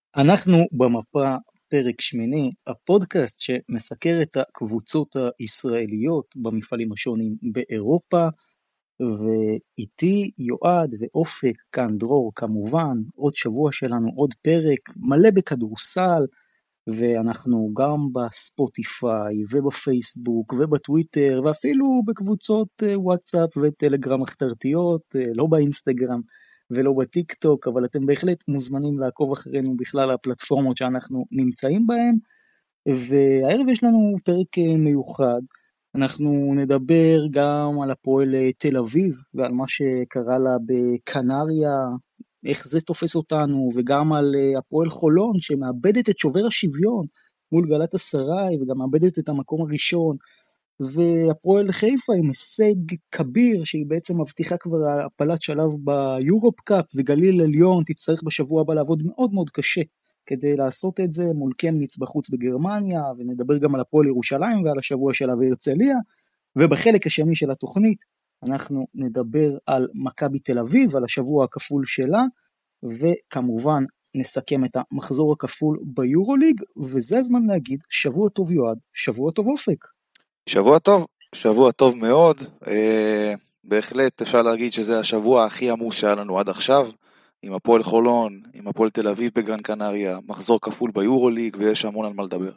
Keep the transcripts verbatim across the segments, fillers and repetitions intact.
אנחנו במפה פרק שמיני, הפודקאסט שמסקר את הקבוצות הישראליות במפעלים השונים באירופה, ואיתי יועד ואופק, כאן דרור כמובן, עוד שבוע שלנו, עוד פרק מלא בכדורסל, ואנחנו גם בספוטיפיי ובפייסבוק ובטוויטר, ואפילו בקבוצות וואטסאפ וטלגרם מחתרתיות, לא באינסטגרם ולא בטיק טוק, אבל אתם בהחלט מוזמנים לעקוב אחרינו בכלל הפלטפורמות שאנחנו נמצאים בהן. והערב יש לנו פרק מיוחד, אנחנו נדבר גם על הפועל תל אביב ועל מה שקרה לה בקנריה, איך זה תופס אותנו, וגם על הפועל חולון שמאבדת את שובר השוויון מול גלת הסראי וגם מאבדת את המקום הראשון, והפועל חיפה עם הישג כביר שהיא בעצם מבטיחה כבר הפלת שלב ביורופ קאפ, וגליל עליון תצטרך בשבוע הבא לעבוד מאוד מאוד קשה כדי לעשות את זה מול קמניץ בחוץ בגרמניה, ונדבר גם על הפועל ירושלים ועל השבוע שלה בהרצליה. ובחלק השני של התוכנית אנחנו נדבר על מכבי תל אביב, על השבוע הכפול שלה, וכמובן נסכם את המחזור הכפול ביורוליג, וזה הזמן להגיד שבוע טוב יועד, שבוע טוב אופק. שבוע טוב, שבוע טוב מאוד, אה, בהחלט אפשר להגיד שזה השבוע הכי עמוס שהיה לנו עד עכשיו, עם הפועל חולון, עם הפועל תל אביב בגרן קנריה, מחזור כפול ביורוליג, ויש המון על מה לדבר.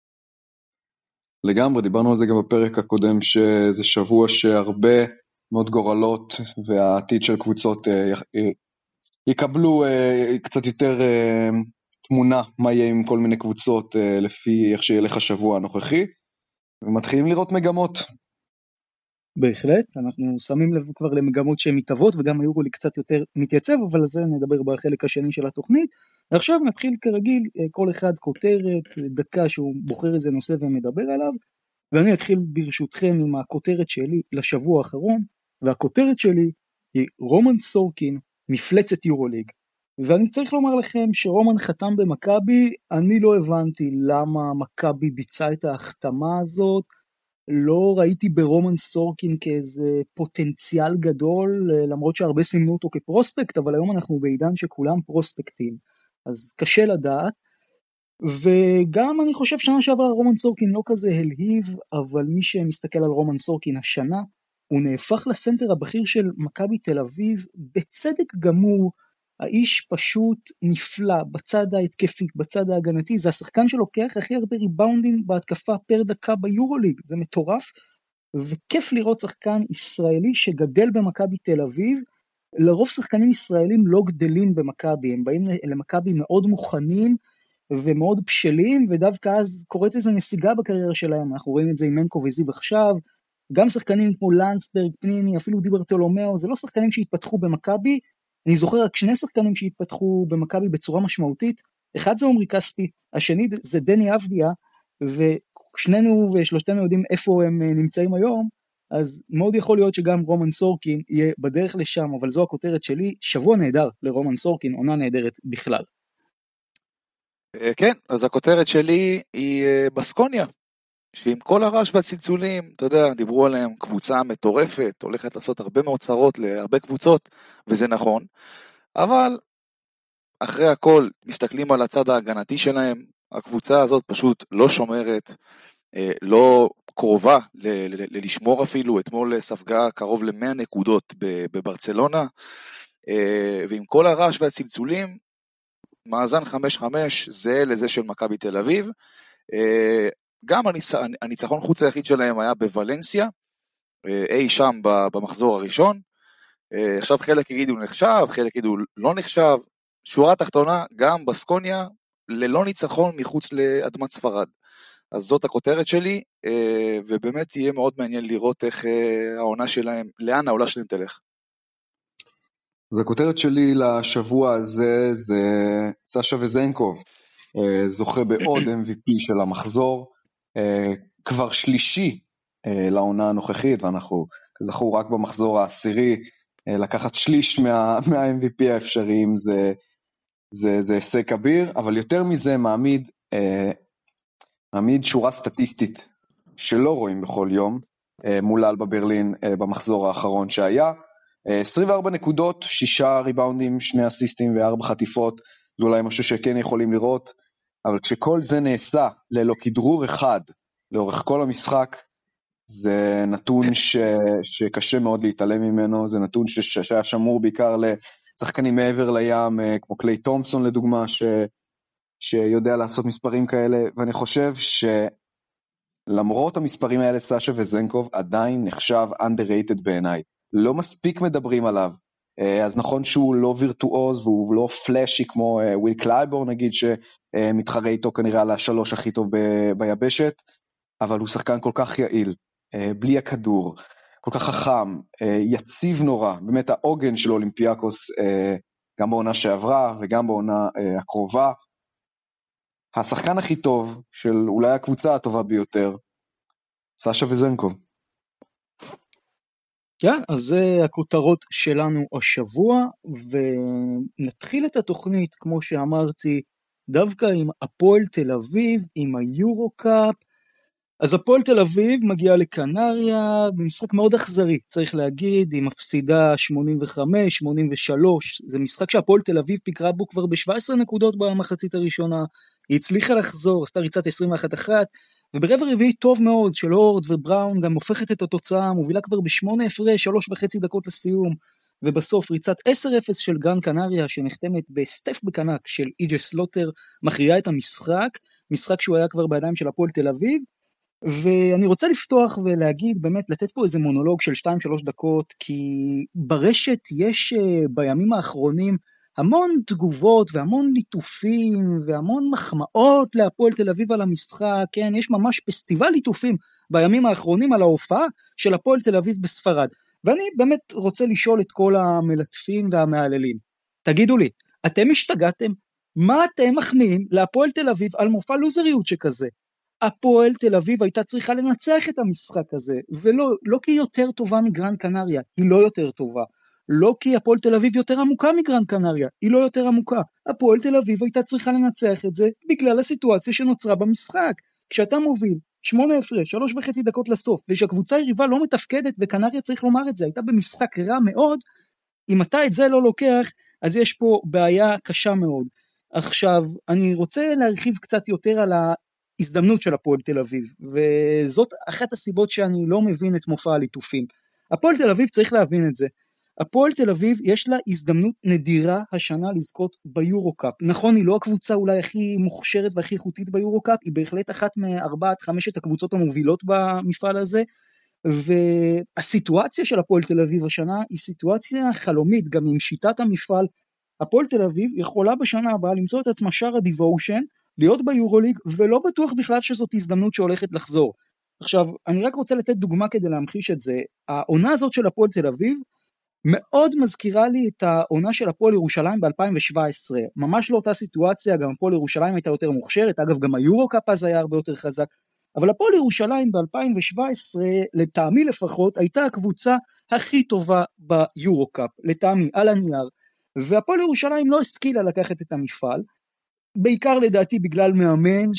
לגמרי, דיברנו על זה גם בפרק הקודם, שזה שבוע שהרבה מאוד גורלות, והעתיד של קבוצות אה, יקבלו אה, קצת יותר אה, תמונה, מה יהיה עם כל מיני קבוצות, אה, לפי איך שילך השבוע הנוכחי, ומתחילים לראות מגמות. בהחלט, אנחנו שמים לב כבר למגמות שהן מתהוות, וגם היורו לי קצת יותר מתייצב, אבל על זה נדבר בחלק השני של התוכנית. עכשיו נתחיל כרגיל, כל אחד כותרת, דקה שהוא בוחר איזה נושא ומדבר עליו, ואני אתחיל ברשותכם עם הכותרת שלי לשבוע האחרון, והכותרת שלי היא רומן סורקין, מפלצת יורוליג. ואני צריך לומר לכם שרומן חתם במכבי, אני לא הבנתי למה מכבי ביצעה את ההחתמה הזאת, לא ראיתי ברומן סורקין כאיזה פוטנציאל גדול, למרות שהרבה סימנו אותו כפרוספקט, אבל היום אנחנו בעידן שכולם פרוספקטים, אז קשה לדעת. וגם אני חושב שנה שעברה רומן סורקין לא כזה הלהיב, אבל מי שמסתכל על רומן סורקין השנה, הוא נהפך לסנטר הבכיר של מכבי תל אביב, בצדק גמור. האיש פשוט נפלא, בצד ההתקפי, בצד ההגנתי, זה השחקן שלוקח הכי הרבה ריבאונדים בהתקפה פר דקה ביורוליג, זה מטורף, וכיף לראות שחקן ישראלי שגדל במכבי תל אביב. לרוב שחקנים ישראלים לא גדלים במכבי, הם באים למכבי מאוד מוכנים ומאוד בשלים, ודווקא אז קורית איזו נסיגה בקריירה שלהם, אנחנו רואים את זה עם מנקו וזיו עכשיו, גם שחקנים כמו לנדסברג, פניני, אפילו דיברטולומיאו, זה לא שחקנים שהתפתחו במכבי. אני זוכר רק שני שחקנים שהתפתחו במכבי בצורה משמעותית, אחד זה עומרי כספי, השני זה דני אבדיה, ושנינו ושלושתנו יודעים איפה הם נמצאים היום, אז מאוד יכול להיות שגם רומן סורקין יהיה בדרך לשם, אבל זו הכותרת שלי, שבוע נהדר לרומן סורקין, עונה נהדרת בכלל. כן, אז הכותרת שלי היא בסקוניה, שעם כל הרעש והצלצולים, אתה יודע, דיברו עליהם, קבוצה מטורפת, הולכת לעשות הרבה מאוד צרות להרבה קבוצות, וזה נכון, אבל אחרי הכל מסתכלים על הצד ההגנתי שלהם, הקבוצה הזאת פשוט לא שומרת, לא קרובה ל- ל- ל- לשמור אפילו, אתמול ספגה קרוב ל-מאה נקודות בברצלונה, ועם כל הרעש והצלצולים, מאזן חמש חמש זה לזה של מכבי תל אביב, גם הניצחון חוץ היחיד שלהם היה בוולנסיה, אי שם במחזור הראשון, עכשיו חלק יגידו נחשב, חלק יגידו לא נחשב, שורה תחתונה, גם בסקוניה, ללא ניצחון מחוץ לאדמת ספרד. אז זאת הכותרת שלי, ובאמת יהיה מאוד מעניין לראות איך העונה שלהם, לאן העולה שלהם תלך. אז הכותרת שלי לשבוע הזה זה סשה וזנקוב, זוכה בעוד אם וי פי של המחזור, כבר שלישי לעונה הנוכחית, ואנחנו כזכור רק במחזור העשירי, לקחת שליש מה, מה-אם וי פי האפשריים זה, זה, זה הישג כביר, אבל יותר מזה מעמיד, מעמיד שורה סטטיסטית שלא רואים בכל יום, מול אלבה ברלין במחזור האחרון שהיה, עשרים וארבע נקודות, שישה ריבאונדים, שני אסיסטים וארבע חטיפות, זה אולי משהו שכן יכולים לראות, אבל כשכל זה נעשה ללא כדרור אחד, לאורך כל המשחק, זה נתון ש... שקשה מאוד להתעלם ממנו, זה נתון ש... שהיה שמור בעיקר לשחקנים מעבר לים, כמו קליי תומפסון לדוגמה, ש... שיודע לעשות מספרים כאלה, ואני חושב שלמרות המספרים האלה, סאשה וזנקוב עדיין נחשב underrated בעיניי, לא מספיק מדברים עליו, אז נכון שהוא לא וירטואוז, והוא לא פלאשי כמו וויל קלייבור נגיד, שמתחרה איתו כנראה על השלוש הכי טוב ב... ביבשת, אבל הוא שחקן כל כך יעיל, בלי הכדור, כל כך חכם, יציב נורא, באמת העוגן של אולימפיאקוס, גם בעונה שעברה וגם בעונה הקרובה, השחקן הכי טוב של אולי הקבוצה הטובה ביותר, סאשה וזנקוב. כן, אז זה הכותרות שלנו השבוע, ונתחיל את התוכנית, כמו שאמרתי, דווקא עם הפועל תל אביב, עם היורו-קאפ. אז הפועל תל אביב מגיעה לקנריה במשחק מאוד אכזרי, צריך להגיד, היא מפסידה שמונים וחמש שמונים ושלוש, זה משחק שהפועל תל אביב פיקרה בו כבר ב-שבע עשרה נקודות במחצית הראשונה, היא הצליחה לחזור, עשתה ריצת עשרים ואחת אחת, וברבע רביעי טוב מאוד של הורד ובראון גם הופכת את התוצאה, מובילה כבר בשמונה הפרש, שלוש וחצי דקות לסיום, ובסוף ריצת עשר אפס של גרן קנריה שנחתמת בסטף בקנק של איג'ה סלוטר, מכריעה את המשחק, משחק שהוא היה כבר בידיים של הפועל תל אביב, ואני רוצה לפתוח ולהגיד, באמת לתת פה איזה מונולוג של שתיים שלוש דקות, כי ברשת יש בימים האחרונים המון תגובות והמון ליטופים והמון מחמאות להפועל תל אביב על המשחק, כן, יש ממש פסטיבל ליטופים בימים האחרונים על ההופעה של הפועל תל אביב בספרד, ואני באמת רוצה לשאול את כל המלטפים והמעללים, תגידו לי, אתם השתגעתם? מה אתם מחמיאים להפועל תל אביב על מופע לוזריות שכזה? הפועל תל אביב הייתה צריכה לנצח את המשחק הזה, ולא לא כי היא יותר טובה מגרן קנריה, היא לא יותר טובה, לא כי הפועל תל אביב יותר עמוקה מגרן קנריה, היא לא יותר עמוקה, הפועל תל אביב הייתה צריכה לנצח את זה, בגלל הסיטואציה שנוצרה במשחק, כשאתה מוביל, שמונה הפרש, שלוש וחצי דקות לסוף, ושהקבוצה היריבה לא מתפקדת, וקנריה צריך לומר את זה, הייתה במשחק רע מאוד, אם אתה את זה לא לוקח, אז יש פה בעיה קשה מאוד. עכשיו, אני רוצה להרחיב קצת יותר על ה... הזדמנות של הפועל תל אביב, וזאת אחת הסיבות שאני לא מבין את מופע הליטופים. הפועל תל אביב צריך להבין את זה. הפועל תל אביב יש לה הזדמנות נדירה השנה לזכות ביורו-קאפ. נכון, היא לא הקבוצה אולי הכי מוכשרת והכי איכותית ביורו-קאפ, היא בהחלט אחת מארבעת חמשת הקבוצות המובילות במפעל הזה, והסיטואציה של הפועל תל אביב השנה היא סיטואציה חלומית, גם עם שיטת המפעל. הפועל תל אביב יכולה בשנה הבאה למצוא את עצמה שער הדיוושן, להיות ביורוליג, ולא בטוח בכלל שזאת הזדמנות שהולכת לחזור. עכשיו, אני רק רוצה לתת דוגמה כדי להמחיש את זה. העונה הזאת של הפועל תל אביב, מאוד מזכירה לי את העונה של הפועל ירושלים ב-אלפיים שבע עשרה. ממש לא אותה סיטואציה, גם הפועל ירושלים הייתה יותר מוכשרת, אגב גם היורו-קאפ אז היה הרבה יותר חזק, אבל הפועל ירושלים ב-אלפיים שבע עשרה, לטעמי לפחות, הייתה הקבוצה הכי טובה ביורו-קאפ, לטעמי, על הנייר, והפועל ירושלים לא השכילה לקחת את המפעל, בעיקר לדעתי בגלל מאמן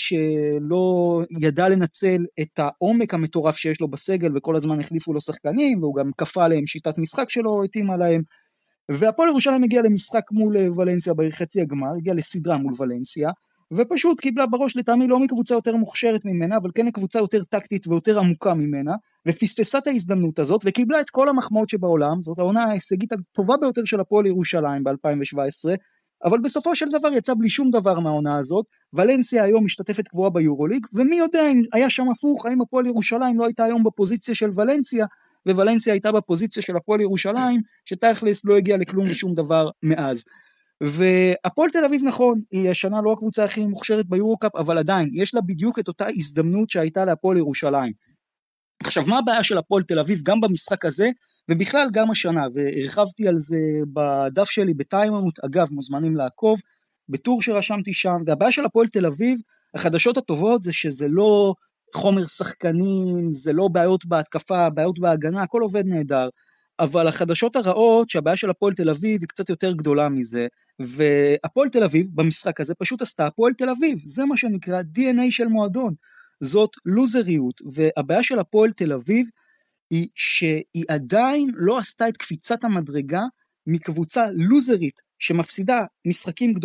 שלא ידע לנצל את העומק המטורף שיש לו בסגל, וכל הזמן החליפו לו שחקנים, והוא גם כפה עליהם שיטת משחק שלו, התאימה להם, והפועל ירושלים הגיע למשחק מול ולנסיה בחצי הגמר, הגיע לסדרה מול ולנסיה, ופשוט קיבלה בראש לטעמי לא מקבוצה יותר מוכשרת ממנה, אבל כן לקבוצה יותר טקטית ויותר עמוקה ממנה, ופספסה את ההזדמנות הזאת, וקיבלה את כל המחמאות שבעולם, זאת העונה ההישגית הטובה ביותר של הפועל ירושלים ב-אלפיים שבע עשרה, אבל בסופו של דבר יצא בלי שום דבר מהעונה הזאת, ולנסיה היום משתתפת קבועה ביורוליג, ומי יודע אם היה שם הפוך, האם הפועל ירושלים לא הייתה היום בפוזיציה של ולנסיה, וולנסיה הייתה בפוזיציה של הפועל ירושלים, שתכלס לא הגיע לכלום ושום דבר מאז. והפועל תל אביב נכון, היא השנה לא הקבוצה הכי מוכשרת ביורו-קאפ, אבל עדיין, יש לה בדיוק את אותה הזדמנות שהייתה להפועל ירושלים. עכשיו, מה הבעיה של הפועל תל אביב גם במשחק הזה, ובכלל גם השנה, והרחבתי על זה בדף שלי בטיימאוט, אגב, מוזמנים לעקוב, בטור שרשמתי שם, והבעיה של הפועל תל אביב, החדשות הטובות זה שזה לא חומר שחקנים, זה לא בעיות בהתקפה, בעיות בהגנה, הכל עובד נהדר, אבל החדשות הרעות שהבעיה של הפועל תל אביב היא קצת יותר גדולה מזה, והפועל תל אביב במשחק הזה פשוט עשתה הפועל תל אביב, זה מה שנקרא די אן איי של מועדון, זאת לוזריות, והבעיה של הפועל תל אביב היא שהיא עדיין לא עשתה את קפיצת המדרגה מקבוצה לוזרית שמפסידה משחקים גדולים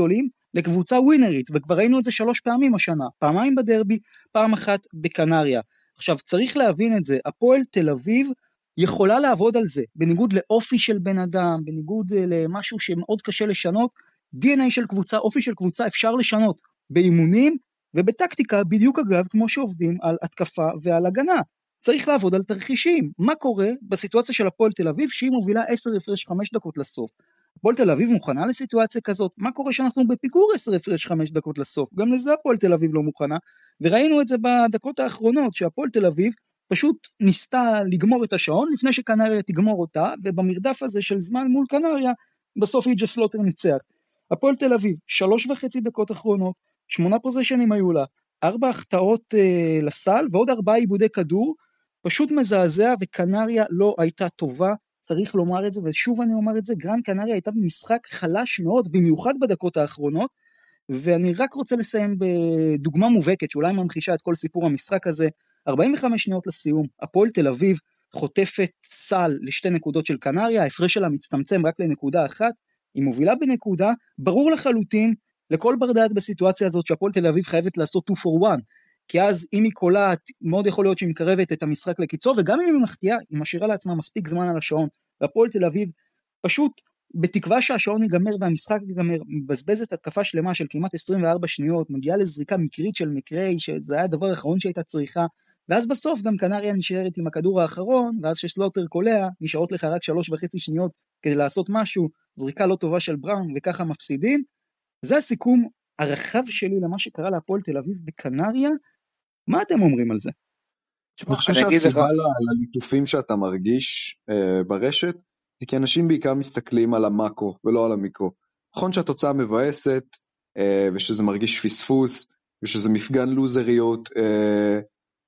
לקבוצה ווינרית, וכבר ראינו את זה שלוש פעמים השנה, פעמיים בדרבי, פעם אחת בקנריה. עכשיו צריך להבין את זה, הפועל תל אביב יכולה לעבוד על זה, בניגוד לאופי של בן אדם, בניגוד למשהו שמאוד קשה לשנות, די אן איי של קבוצה, אופי של קבוצה אפשר לשנות באימונים ובטקטיקה, בדיוק אגב כמו שעובדים על התקפה ועל הגנה. צריך לעבוד על תרחישים. מה קורה בסיטואציה של הפועל תל אביב שהיא מובילה עשר הפרש חמש דקות לסוף? הפועל תל אביב מוכנה לסיטואציה כזאת? מה קורה שאנחנו בפיגור עשר הפרש חמש דקות לסוף? גם לזה הפועל תל אביב לא מוכנה, וראינו את זה בדקות האחרונות שהפועל תל אביב פשוט ניסתה לגמור את השעון לפני שקנריה תגמור אותה, ובמרדף הזה של זמן מול קנריה בסוף איג'ה סלוטר ניצח. הפועל תל אביב שלוש וחצי דקות אחרונות, שמונה פוזיישנים היו לה, ארבע החטאות אה, לסל ועוד ארבעה עיבודי כדור, פשוט מזעזע, וקנריה לא הייתה טובה, צריך לומר את זה, ושוב אני אומר את זה, גרן קנריה הייתה במשחק חלש מאוד, במיוחד בדקות האחרונות, ואני רק רוצה לסיים בדוגמה מובהקת, שאולי ממחישה את כל סיפור המשחק הזה, ארבעים וחמש שניות לסיום, הפועל תל אביב חוטפת סל לשתי נקודות של קנריה, ההפרש שלה מצטמצם רק לנקודה אחת, היא מובילה בנקודה, ברור לחלוטין, לכל בר דעת בסיטואציה הזאת, שהפועל תל אביב חייבת לעשות שתיים for one, כי אז אם היא קולעת, מאוד יכול להיות שהיא מקרבת את המשחק לקיצור, וגם אם היא מחטיאה, היא משאירה לעצמה מספיק זמן על השעון, והפועל תל אביב פשוט, בתקווה שהשעון ייגמר והמשחק ייגמר, מבזבזת התקפה שלמה של כמעט עשרים וארבע שניות, מגיעה לזריקה מקרית של מקרי, שזה היה הדבר האחרון שהייתה צריכה, ואז בסוף גם קנריה נשארת עם הכדור האחרון, ואז שסלוטר קולע, נשארות לך רק שלוש וחצי שניות כדי לעשות משהו, זריקה לא טובה של בראון, וככה מפסידים. זה הסיכום הרחב שלי למה שקרה להפועל תל אביב בקנריה. מה אתם אומרים על זה? אני חושב שהסיבה לליטופים שאתה מרגיש אה, ברשת, זה כי אנשים בעיקר מסתכלים על המאקרו ולא על המיקרו. נכון שהתוצאה מבאסת, אה, ושזה מרגיש פספוס, ושזה מפגן לוזריות אה,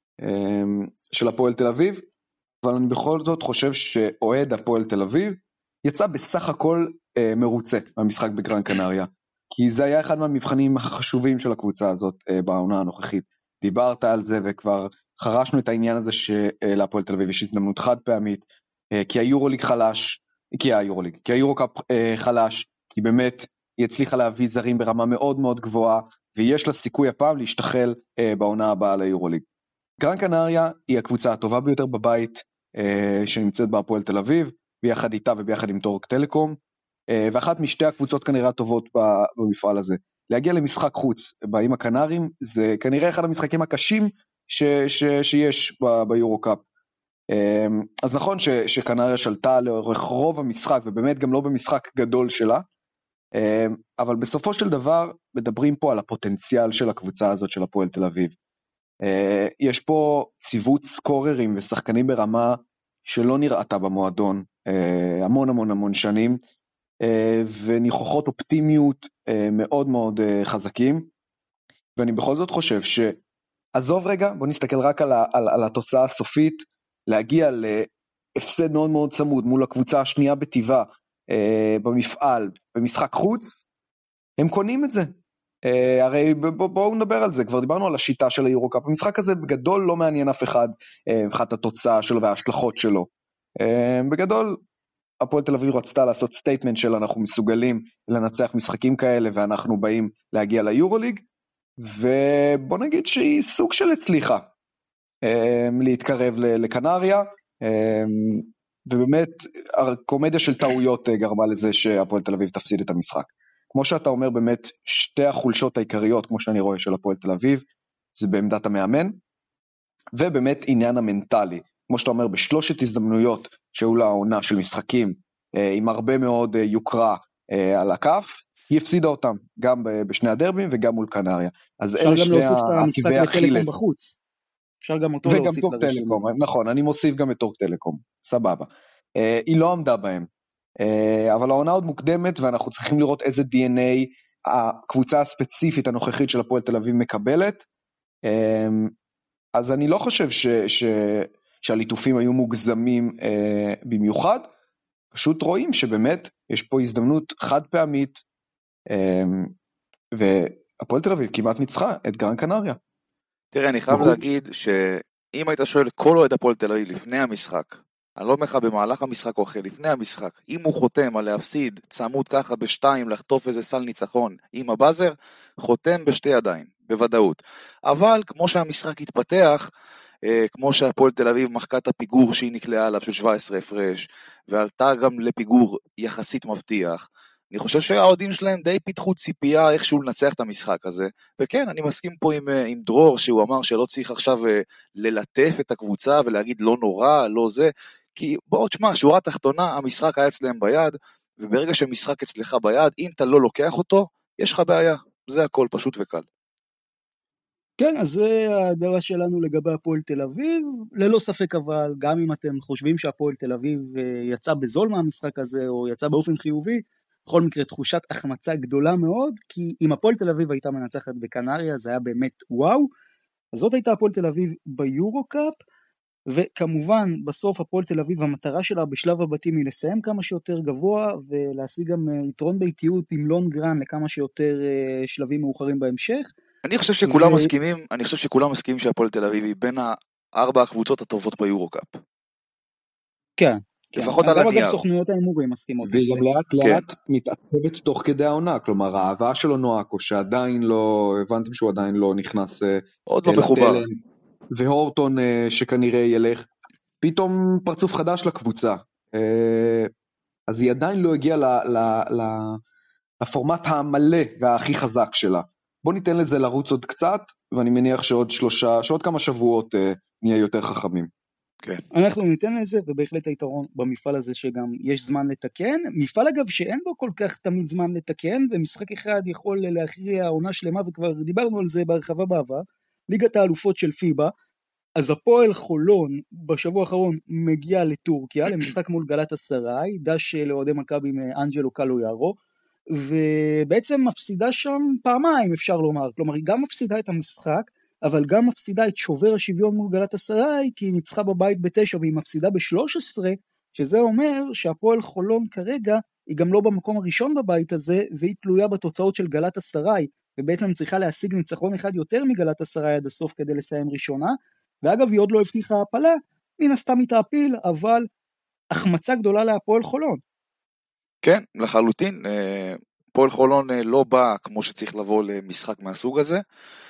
אה, של הפועל תל אביב, אבל אני בכל זאת חושב שאוהד הפועל תל אביב, יצא בסך הכל אה, מרוצה מהמשחק בגרן קנריה, כי זה היה אחד מהמבחנים החשובים של הקבוצה הזאת אה, בעונה הנוכחית. דיברת על זה וכבר חרשנו את העניין הזה שלהפועל תל אביב יש הזדמנות חד פעמית, כי היורוליג חלש, כי היורוליג, כי היורוקאפ חלש, כי באמת היא הצליחה להביא זרים ברמה מאוד מאוד גבוהה, ויש לה סיכוי הפעם להשתחל בעונה הבאה ליורוליג. גרן קנריה היא הקבוצה הטובה ביותר בבית שנמצאת בהפועל תל אביב, ביחד איתה וביחד עם טורק טלקום, ואחת משתי הקבוצות כנראה הטובות במפעל הזה. להגיע למשחק חוץ באים הקנרים, זה כנראה אחד המשחקים הקשים ש, ש, שיש ביורוקאפ. אז נכון ש, שקנריה שלטה לאורך רוב המשחק, ובאמת גם לא במשחק גדול שלה, אבל בסופו של דבר מדברים פה על הפוטנציאל של הקבוצה הזאת של הפועל תל אביב. יש פה ציוות סקוררים ושחקנים ברמה שלא נראתה במועדון המון המון המון שנים, וניחוחות אופטימיות מאוד מאוד חזקים, ואני בכל זאת חושב שעזוב רגע, בוא נסתכל רק על, ה, על, על התוצאה הסופית, להגיע להפסד מאוד מאוד צמוד מול הקבוצה השנייה בטבעה במפעל, במשחק חוץ, הם קונים את זה. הרי בואו בוא נדבר על זה, כבר דיברנו על השיטה של היורוקאפ, המשחק הזה בגדול לא מעניין אף אחד, מבחינת התוצאה שלו וההשלכות שלו. בגדול, הפועל תל אביב רצתה לעשות סטייטמנט של אנחנו מסוגלים לנצח משחקים כאלה, ואנחנו באים להגיע ליורוליג, ובוא נגיד שהיא סוג של הצליחה להתקרב לקנריה, ובאמת הקומדיה של טעויות גרמה לזה שהפועל תל אביב תפסיד את המשחק. כמו שאתה אומר, באמת שתי החולשות העיקריות, כמו שאני רואה, של הפועל תל אביב, זה בעמדת המאמן, ובאמת עניין המנטלי. כמו שאתה אומר, בשלושת הזדמנויות שהיו לה העונה של משחקים, עם הרבה מאוד יוקרה על הכף, היא הפסידה אותם, גם בשני הדרבים וגם מול קנריה. אז אפשר גם להוסיף את המשחק לטלקום בחוץ. אפשר גם אותו להוסיף לרשימה. נכון, אני מוסיף גם את טורק טלקום, סבבה. היא לא עמדה בהם. אבל העונה עוד מוקדמת, ואנחנו צריכים לראות איזה די אן איי הקבוצה הספציפית הנוכחית של הפועל תל אביב מקבלת. אז אני לא חושב ש, ש, שהליטופים היו מוגזמים במיוחד, פשוט רואים שבאמת יש פה הזדמנות חד פעמית, והפועל תל אביב כמעט ניצחה את גרן קנריה. תראה, אני חייב להגיד שאם היית שואל כל אוהד הפועל תל אביב לפני המשחק, אני לא אומר לך במהלך המשחק או אחרי, לפני המשחק, אם הוא חותם על להפסיד צמוד ככה בשתיים, לחטוף איזה סל ניצחון עם הבאזר, חותם בשתי ידיים, בוודאות. אבל כמו שהמשחק התפתח, כמו שהפועל תל אביב מחקה את הפיגור שהיא נקלעה עליו של שבע עשרה הפרש, ועלתה גם לפיגור יחסית מבטיח, אני חושב שהעודים שלהם די פיתחו ציפייה איכשהו לנצח את המשחק הזה, וכן, אני מסכים פה עם, עם דרור, שהוא אמר שלא צריך עכשיו ללטף את הקבוצה, ולהגיד לא נורא, לא זה, כי בואו תשמע, שורה תחתונה, המשחק היה אצלם ביד, וברגע שמשחק אצלך ביד, אם אתה לא לוקח אותו, יש לך בעיה, זה הכל פשוט וקל. כן, אז זה הדרה שלנו לגבי הפועל תל אביב, ללא ספק אבל, גם אם אתם חושבים שהפועל תל אביב יצא בזול מהמשחק הזה, או יצא באופן חיובי, בכל מקרה תחושת החמצה גדולה מאוד, כי אם הפועל תל אביב הייתה מנצחת בקנריה, זה היה באמת וואו, אז זאת הייתה הפועל תל אביב ביורו-קאפ, וכמובן בסוף הפועל תל אביב, המטרה שלה בשלב הבתים היא לסיים כמה שיותר גבוה, ולהשיג גם יתרון ביתיות עם לונגרן לכמה שיותר שלבים מאוחרים בהמשך. אני חושב שכולם ו... מסכימים, אני חושב שכולם מסכימים שהפועל תל אביב היא בין הארבע הקבוצות הטובות ביורו-קאפ. כן. לפחות על הנייר. גם סוכנויות ההימורים מסכימות. והיא גם לאט לאט מתעצבת תוך כדי העונה, כלומר האהבה שלו נועקו, שעדיין לא, הבנתם שהוא עדיין לא נכנס עוד לא מחובר. והורטון שכנראה ילך, פתאום פרצוף חדש לקבוצה, אז היא עדיין לא הגיעה לפורמט המלא והכי חזק שלה. בוא ניתן לזה לרוץ עוד קצת, ואני מניח שעוד שלושה, שעוד כמה שבועות נהיה יותר חכמים. Okay. אנחנו ניתן לזה, ובהחלט היתרון במפעל הזה שגם יש זמן לתקן, מפעל אגב שאין בו כל כך תמיד זמן לתקן, ומשחק אחד יכול להכריע עונה שלמה, וכבר דיברנו על זה בהרחבה בעבר, ליגת האלופות של פיבה, אז הפועל חולון בשבוע האחרון מגיע לטורקיה, למשחק מול גלת אסריי, דש לאוהדי מכבי מאנג'לו קלויארו, ובעצם מפסידה שם פעמיים אפשר לומר, כלומר היא גם מפסידה את המשחק, אבל גם מפסידה את שובר השוויון מול גלת אסריי, כי היא ניצחה בבית בתשע והיא מפסידה ב-שלוש עשרה, שזה אומר שהפועל חולון כרגע היא גם לא במקום הראשון בבית הזה, והיא תלויה בתוצאות של גלת אסריי, ובעצם צריכה להשיג ניצחון אחד יותר מגלת אסריי עד הסוף כדי לסיים ראשונה, ואגב היא עוד לא הבטיחה הפלה, מן הסתם היא תעפיל, אבל החמצה גדולה להפועל חולון. כן, לחלוטין, הפועל חולון לא בא כמו שצריך לבוא למשחק מהסוג הזה,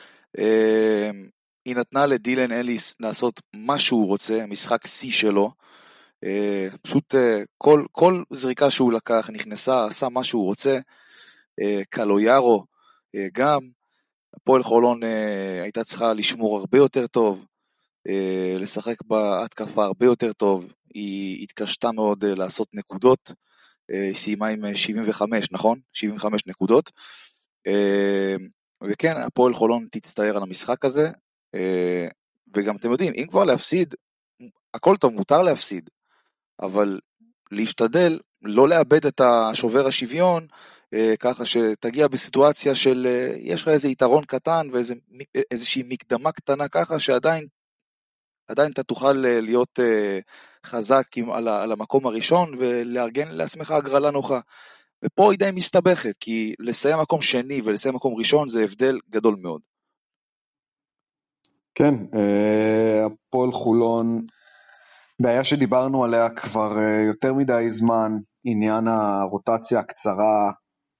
היא נתנה לדילן אליס לעשות מה שהוא רוצה, משחק C שלו, פשוט כל, כל זריקה שהוא לקח נכנסה, עשה מה שהוא רוצה, קלויארו גם, הפועל חולון הייתה צריכה לשמור הרבה יותר טוב, לשחק בהתקפה הרבה יותר טוב, היא התקשתה מאוד לעשות נקודות, היא סיימה עם שבעים וחמש, נכון? שבעים וחמש נקודות, וכן, הפועל חולון תצטער על המשחק הזה, וגם אתם יודעים, אם כבר להפסיד, הכל טוב, מותר להפסיד, אבל להשתדל, לא לאבד את השובר השוויון, ככה שתגיע בסיטואציה של, יש לך איזה יתרון קטן, ואיזושהי מקדמה קטנה ככה, שעדיין, עדיין אתה תוכל להיות חזק על המקום הראשון, ולארגן לעצמך הגרלה נוחה. ופה היא די מסתבכת, כי לסיים מקום שני ולסיים מקום ראשון זה הבדל גדול מאוד. כן, הפועל חולון, בעיה שדיברנו עליה כבר יותר מדי זמן, עניין הרוטציה הקצרה,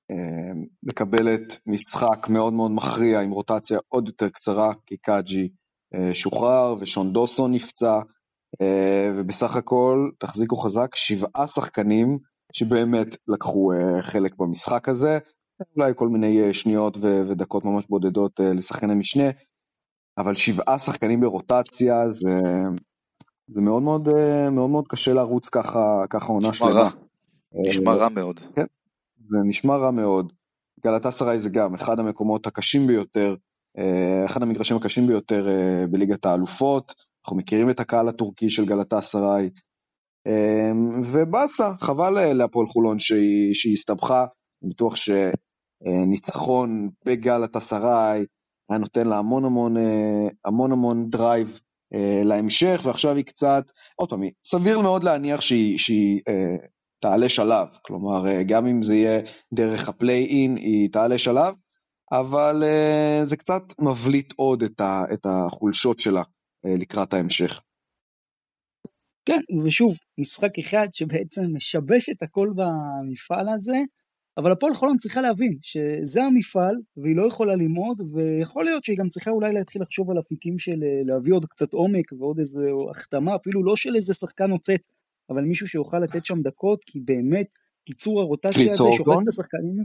מקבלת משחק מאוד מאוד מכריע, עם רוטציה עוד יותר קצרה, כי קאג'י שוחרר ושון דוסון נפצע, ובסך הכל תחזיקו חזק שבעה שחקנים, שבאמת לקחו חלק במשחק הזה, אולי כל מיני שניות ודקות ממש בודדות לשחקני משנה, אבל שבעה שחקנים ברוטציה, זה, זה מאוד מאוד, מאוד מאוד קשה לרוץ ככה, ככה עונה שלמה. רע. נשמע רע מאוד. כן, זה נשמע רע מאוד. גלת אסריי זה גם אחד המקומות הקשים ביותר, אחד המגרשים הקשים ביותר בליגת האלופות, אנחנו מכירים את הקהל הטורקי של גלת אסריי, ובאסה, חבל להפועל חולון שהיא, שהיא הסתבכה, אני בטוח שניצחון בגלת אסריי היה נותן לה המון המון, המון המון דרייב להמשך, ועכשיו היא קצת, עוד פעם, סביר מאוד להניח שהיא, שהיא תעלה שלב, כלומר גם אם זה יהיה דרך הפליי-אין היא תעלה שלב, אבל זה קצת מבליט עוד את, ה, את החולשות שלה לקראת ההמשך. כן, ושוב, משחק אחד שבעצם משבש את הכל במפעל הזה, אבל הפועל חולון צריכה להבין שזה המפעל, והיא לא יכולה ללמוד, ויכול להיות שהיא גם צריכה אולי להתחיל לחשוב על אפיקים של להביא עוד קצת עומק, ועוד איזו החתמה, אפילו לא של איזה שחקן נוצץ, אבל מישהו שיוכל לתת שם דקות, כי באמת קיצור הרוטציה הזה שוחק את השחקנים.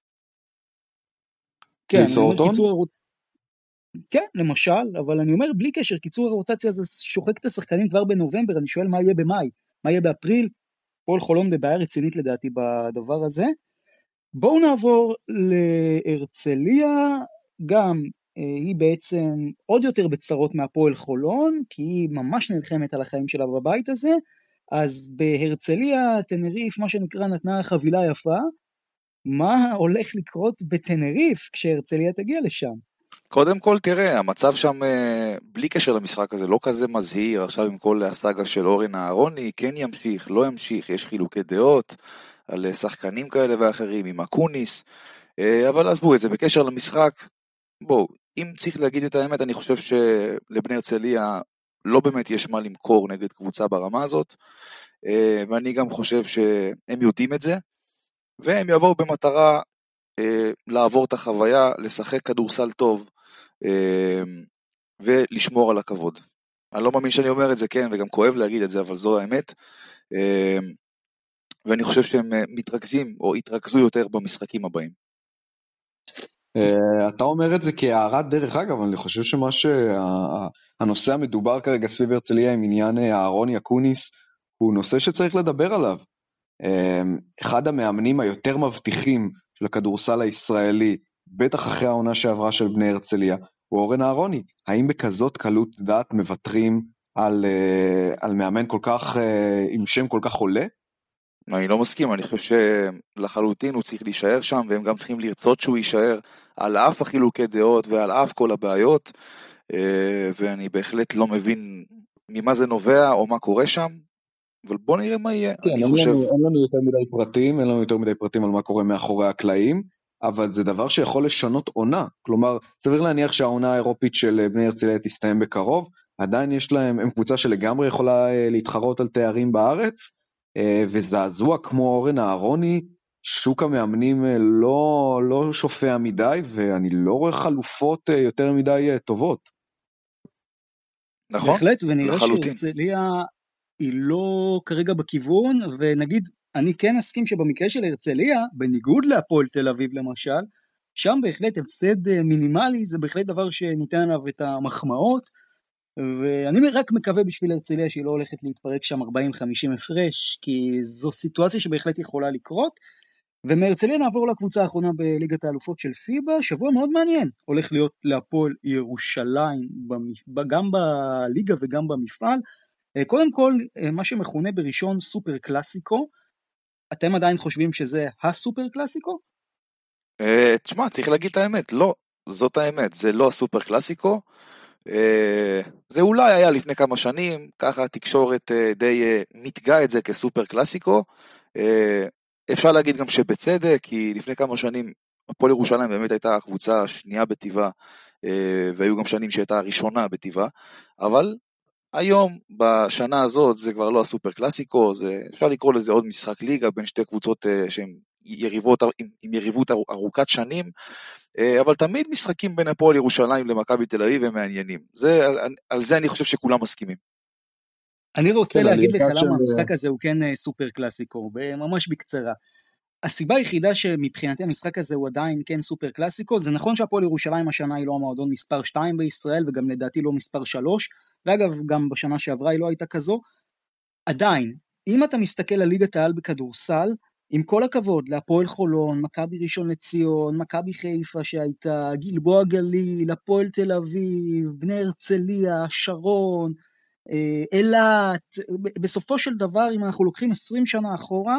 כן, אני אומר קיצור הרוטציה. כן, למשל, אבל אני אומר בלי קשר, קיצור הרוטציה הזה שוחק את השחקנים כבר בנובמבר, אני שואל מה יהיה במאי, מה יהיה באפריל, הפועל חולון בבעיה רצינית לדעתי בדבר הזה. בואו נעבור להרצליה, גם אה, היא בעצם עוד יותר בצרות מהפועל חולון, כי היא ממש נלחמת על החיים שלה בבית הזה, אז בהרצליה תנריף מה שנקרא נתנה חבילה יפה, מה הולך לקרות בתנריף כשהרצליה תגיע לשם? קודם כל תראה, המצב שם בלי קשר למשחק הזה, לא כזה מזהיר, עכשיו עם כל הסאגה של אורן אהרוני, כן ימשיך, לא ימשיך, יש חילוקי דעות על שחקנים כאלה ואחרים, עם אקוניס, אבל עזבו את זה, בקשר למשחק, בואו, אם צריך להגיד את האמת, אני חושב שלבני הרצליה לא באמת יש מה למכור נגד קבוצה ברמה הזאת, ואני גם חושב שהם יודעים את זה, והם יבואו במטרה לעבור את החוויה, לשחק כדורסל טוב, ולשמור על הכבוד. אני לא מאמין שאני אומר את זה, כן, וגם כואב להגיד את זה, אבל זו האמת. ואני חושב שהם מתרכזים, או יתרכזו יותר במשחקים הבאים. אתה אומר את זה כהערת דרך אגב, אני חושב שמה שהנושא המדובר כרגע סביב הרצליה עם עניין אהרוני אקוניס, הוא נושא שצריך לדבר עליו. אחד המאמנים היותר מבטיחים של הכדורסל הישראלי, בטח אחרי העונה שעברה של בני הרצליה, הוא אורן אהרוני. האם בכזאת קלות דעת מבטרים על, על מאמן כל כך, עם שם כל כך עולה? אני לא מסכים, אני חושב שלחלוטין הוא צריך להישאר שם, והם גם צריכים לרצות שהוא יישאר, על אף החילוקי דעות ועל אף כל הבעיות, ואני בהחלט לא מבין ממה זה נובע או מה קורה שם, אבל בוא נראה מה יהיה. כן, אני אין, חושב... לנו, אין לנו יותר מדי פרטים, אין לנו יותר מדי פרטים על מה קורה מאחורי הקלעים, אבל זה דבר שיכול לשנות עונה, כלומר, סביר להניח שהעונה האירופית של בני הרצליה תסתיים בקרוב, עדיין יש להם, הם קבוצה שלגמרי יכולה להתחרות על תארים בארץ, וזעזוע כמו אורן אהרוני, שוק המאמנים לא, לא שופע מדי, ואני לא רואה חלופות יותר מדי טובות. נכון, בהחלט, ונראה שהרצליה היא לא כרגע בכיוון, ונגיד, אני כן אסכים שבמקרה של הרצליה, בניגוד להפועל תל אביב למשל, שם בהחלט הפסד מינימלי, זה בהחלט דבר שניתן עליו את המחמאות, ואני רק מקווה בשביל הרצליה שהיא לא הולכת להתפרק שם ארבעים חמישים הפרש, כי זו סיטואציה שבהחלט יכולה לקרות, ומהרצליה נעבור לקבוצה האחרונה בליגת האלופות של פיבה, שבוע מאוד מעניין, הולך להיות להפועל ירושלים, גם בליגה וגם במפעל, קודם כל, מה שמכונה בראשון סופר קלאסיקו, אתם עדיין חושבים שזה הסופר קלאסיקו? תשמע, צריך להגיד את האמת, לא, זאת האמת, זה לא הסופר קלאסיקו, זה אולי היה לפני כמה שנים, ככה התקשורת די מתגע את זה כסופר קלאסיקו, אפשר להגיד גם שבצדק, כי לפני כמה שנים הפועל ירושלים באמת הייתה הקבוצה השנייה בטבעה, והיו גם שנים שהייתה הראשונה בטבעה, אבל היום, בשנה הזאת, זה כבר לא הסופר קלאסיקו, זה, אפשר לקרוא לזה עוד משחק ליגה, בין שתי קבוצות שהן יריבות, עם, עם יריבות ארוכת שנים, אבל תמיד משחקים בין הפועל ירושלים למכבי תל אביב הם מעניינים. זה, על, על זה אני חושב שכולם מסכימים. אני רוצה להגיד לך למה המשחק הזה הוא כן סופר קלאסיקו, ממש בקצרה. הסיבה היחידה שמבחינתי המשחק הזה הוא עדיין כן סופר קלאסיקו, זה נכון שהפועל ירושלים השנה היא לא המועדון מספר שתיים בישראל, וגם לדעתי לא מספר שלוש, ואגב גם בשנה שעברה היא לא הייתה כזו, עדיין, אם אתה מסתכל על ליגת העל בכדורסל, עם כל הכבוד להפועל חולון, מכבי ראשון לציון, מכבי חיפה שהייתה, גלבוע גליל, הפועל תל אביב, בני הרצליה, שרון, אילת, בסופו של דבר אם אנחנו לוקחים עשרים שנה אחורה,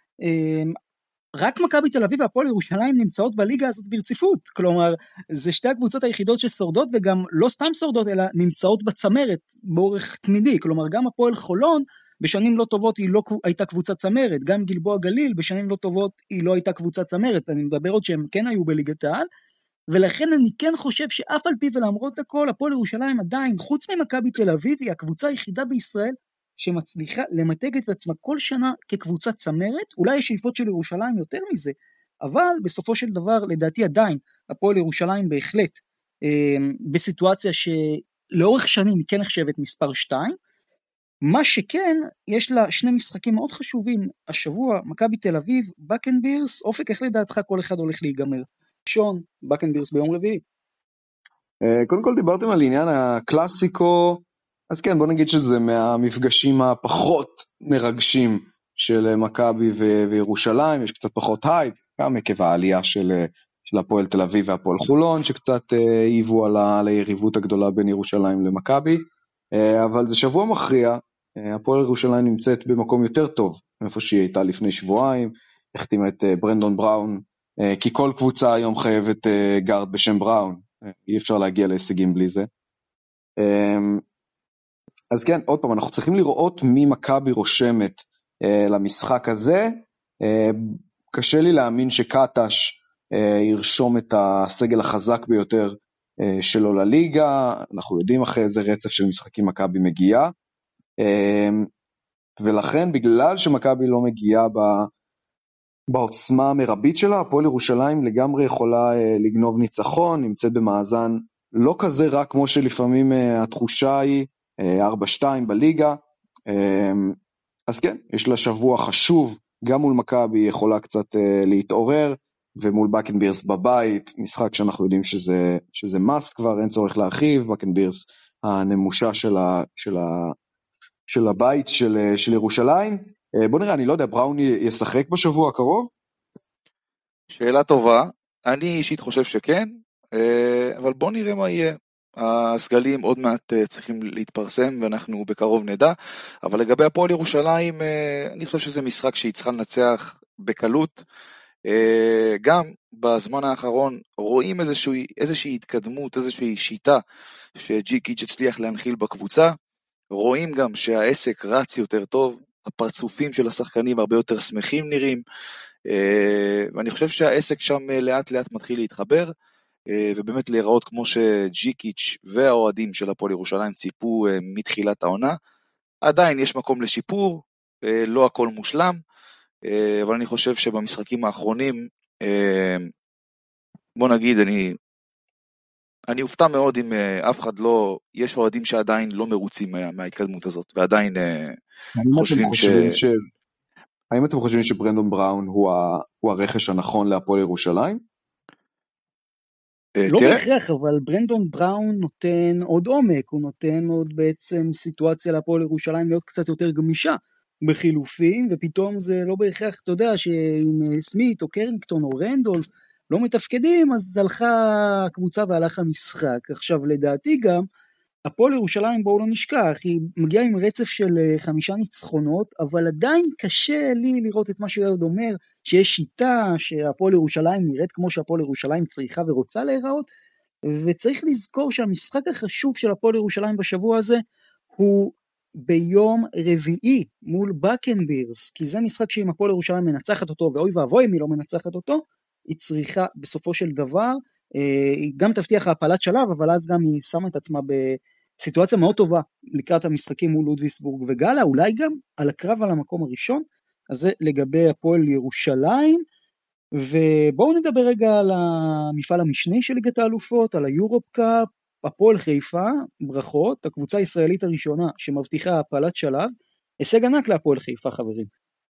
רק מכבי תל אביב והפועל ירושלים נמצאות בליגה הזאת ברציפות, כלומר זה שתי הקבוצות היחידות ששורדות וגם לא סתם שורדות אלא נמצאות בצמרת באורך תמידי, כלומר גם הפועל חולון בשנים לא טובות היא לא הייתה קבוצת צמרת, גם גלבוע גליל בשנים לא טובות היא לא הייתה קבוצת צמרת, אני מדבר עוד שהם כן היו בליגת העל, ולכן אני כן חושב שאף על פי ולמרות הכל הפועל ירושלים עדיין חוץ ממכבי תל אביב היא הקבוצה היחידה בישראל שמצליחה למתג את עצמה כל שנה כקבוצת צמרת, אולי יש שאיפות של ירושלים יותר מזה, אבל בסופו של דבר לדעתי עדיין, הפועל ירושלים בהחלט, אה, בסיטואציה שלאורך שנים היא כן נחשבת מספר שתיים, מה שכן, יש לה שני משחקים מאוד חשובים, השבוע, מכבי תל אביב, בקנבירס, אופק, איך לדעתך כל אחד הולך להיגמר? שון, בקנבירס ביום רביעי. קודם כל דיברתם על עניין הקלאסיקו, אז כן, בוא נגיד שזה מהמפגשים הפחות מרגשים של מכבי וירושלים, יש קצת פחות הייפ, גם עקב העלייה של, של הפועל תל אביב והפועל חולון, שקצת העיבו על היריבות הגדולה בין ירושלים למכבי, אבל זה שבוע מכריע, הפועל ירושלים נמצאת במקום יותר טוב, מאיפה שהיא הייתה לפני שבועיים, החתימה את ברנדון בראון, כי כל קבוצה היום חייבת גארד בשם בראון, אי אפשר להגיע להישגים בלי זה. אז כן, עוד פעם, אנחנו צריכים לראות מי מכבי רושמת למשחק הזה. קשה לי להאמין שקטש ירשום את הסגל החזק ביותר שלו לליגה, אנחנו יודעים אחרי איזה רצף של משחקים מכבי מגיעה, ולכן בגלל שמכבי לא מגיעה בעוצמה המרבית שלה, הפועל ירושלים לגמרי יכולה לגנוב ניצחון, נמצאת במאזן לא כזה רק כמו שלפעמים התחושה היא, ארבע שתיים בליגה, אז כן, יש לה שבוע חשוב, גם מול מכבי יכולה קצת להתעורר, ומול בקנבירס בבית, משחק שאנחנו יודעים שזה, שזה must כבר, אין צורך להרחיב, בקנבירס הנמושה של, ה, של, ה, של הבית של, של ירושלים. בוא נראה, אני לא יודע, בראון ישחק בשבוע הקרוב? שאלה טובה, אני אישית חושב שכן, אבל בוא נראה מה יהיה. הסגלים עוד מעט צריכים להתפרסם ואנחנו בקרוב נדע, אבל לגבי הפועל ירושלים, אני חושב שזה משחק שהיא צריכה לנצח בקלות, גם בזמן האחרון רואים איזושהי, איזושהי התקדמות, איזושהי שיטה שג'יקיץ' הצליח להנחיל בקבוצה, רואים גם שהעסק רץ יותר טוב, הפרצופים של השחקנים הרבה יותר שמחים נראים, ואני חושב שהעסק שם לאט לאט מתחיל להתחבר, ובאמת להיראות כמו שג'יקיץ' והאוהדים של הפועל ירושלים ציפו מתחילת העונה. עדיין יש מקום לשיפור, לא הכל מושלם, אבל אני חושב שבמשחקים האחרונים, בוא נגיד, אני אני אופתע מאוד אם אף אחד לא, יש אוהדים שעדיין לא מרוצים מה, מההתקדמות הזאת, ועדיין חושבים ש... ש... האם אתם חושבים שברנדון בראון הוא, ה... הוא הרכש הנכון להפועל ירושלים? לא בהכרח, אבל ברנדון בראון נותן עוד עומק, הוא נותן עוד בעצם סיטואציה להפועל ירושלים להיות קצת יותר גמישה בחילופים, ופתאום זה לא בהכרח, אתה יודע, שאם סמית או קרינגטון או רנדולף לא מתפקדים, אז הלכה הקבוצה והלך המשחק. עכשיו לדעתי גם, הפועל ירושלים בואו לא נשכח, היא מגיעה עם רצף של חמישה ניצחונות, אבל עדיין קשה לי לראות את מה שירד אומר, שיש שיטה שהפועל ירושלים נראית כמו שהפועל ירושלים צריכה ורוצה להיראות, וצריך לזכור שהמשחק החשוב של הפועל ירושלים בשבוע הזה, הוא ביום רביעי מול בקנבירס, כי זה משחק שאם הפועל ירושלים מנצחת אותו, ואוי ואבוי אם היא לא מנצחת אותו, היא צריכה בסופו של דבר, היא גם תבטיח הפלת שלב, אבל אז גם היא שמה את עצמה בסיטואציה מאוד טובה, לקראת המשחקים מול לודוויסבורג וגלה, אולי גם על הקרב על המקום הראשון, אז זה לגבי הפועל ירושלים, ובואו נדבר רגע על המפעל המשני של ליגת האלופות, על היורופ קאפ, הפועל חיפה, ברכות, הקבוצה הישראלית הראשונה שמבטיחה הפלת שלב, הישג ענק להפועל חיפה חברים.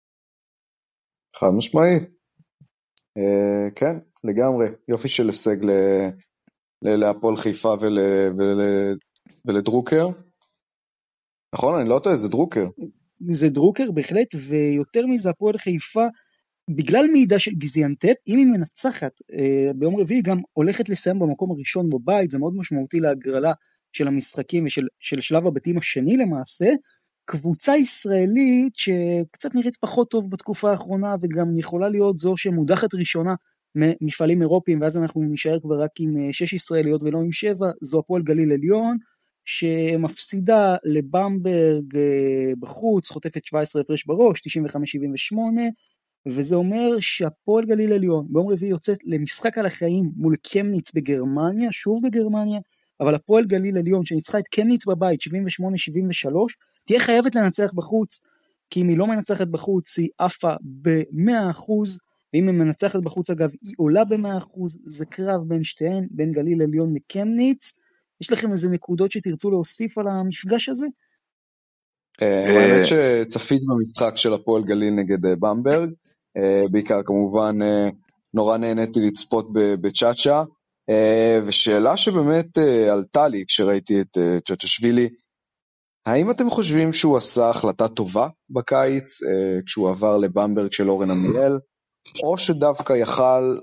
חד משמעי. Uh, כן, לגמרי, יופי של הישג להפועל חיפה ול, ול, ולדרוקר. נכון, אני לא יודע, זה דרוקר. זה דרוקר בהחלט, ויותר מזה הפועל חיפה, בגלל מידע של גזיאנטפ, אם היא מנצחת uh, ביום רביעי, גם הולכת לסיים במקום הראשון בבית, זה מאוד משמעותי להגרלה של המשחקים ושל של שלב הבתים השני למעשה, קבוצה ישראלית שקצת נראית פחות טוב בתקופה האחרונה, וגם יכולה להיות זו שמודחת ראשונה ממפעלים אירופיים, ואז אנחנו נשאר כבר רק עם שש ישראליות ולא עם שבע, זו הפועל גליל עליון, שמפסידה לבמברג בחוץ, חוטפת שבע עשרה הפרש בראש, תשעים וחמש שבעים ושמונה, וזה אומר שהפועל גליל עליון ביום רביעי יוצאת למשחק על החיים מול קמניץ בגרמניה, שוב בגרמניה, אבל הפועל גליל עליון שניצחה את קמניץ בבית שבעים ושמונה שבעים ושלוש, תהיה חייבת לנצח בחוץ, כי אם היא לא מנצחת בחוץ היא עפה ב-מאה אחוז, ואם היא מנצחת בחוץ אגב היא עולה ב-מאה אחוז, זה קרב בין שתיהן, בין גליל עליון לקמניץ. יש לכם איזה נקודות שתרצו להוסיף על המפגש הזה? האמת שצפית במשחק של הפועל גליל נגד במברג, בעיקר כמובן נורא נהניתי לצפות בצ'אצ'ה, ושאלה שבאמת עלתה לי כשראיתי את צ'אצ'שווילי, האם אתם חושבים שהוא עשה החלטה טובה בקיץ, כשהוא עבר לבמברג של אורן עמיאל, או שדווקא יכל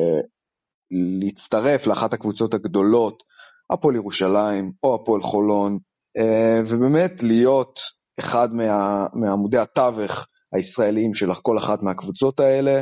להצטרף לאחת הקבוצות הגדולות, הפועל ירושלים או הפועל חולון, ובאמת להיות אחד מה, מעמודי התווך הישראליים של כל אחת מהקבוצות האלה.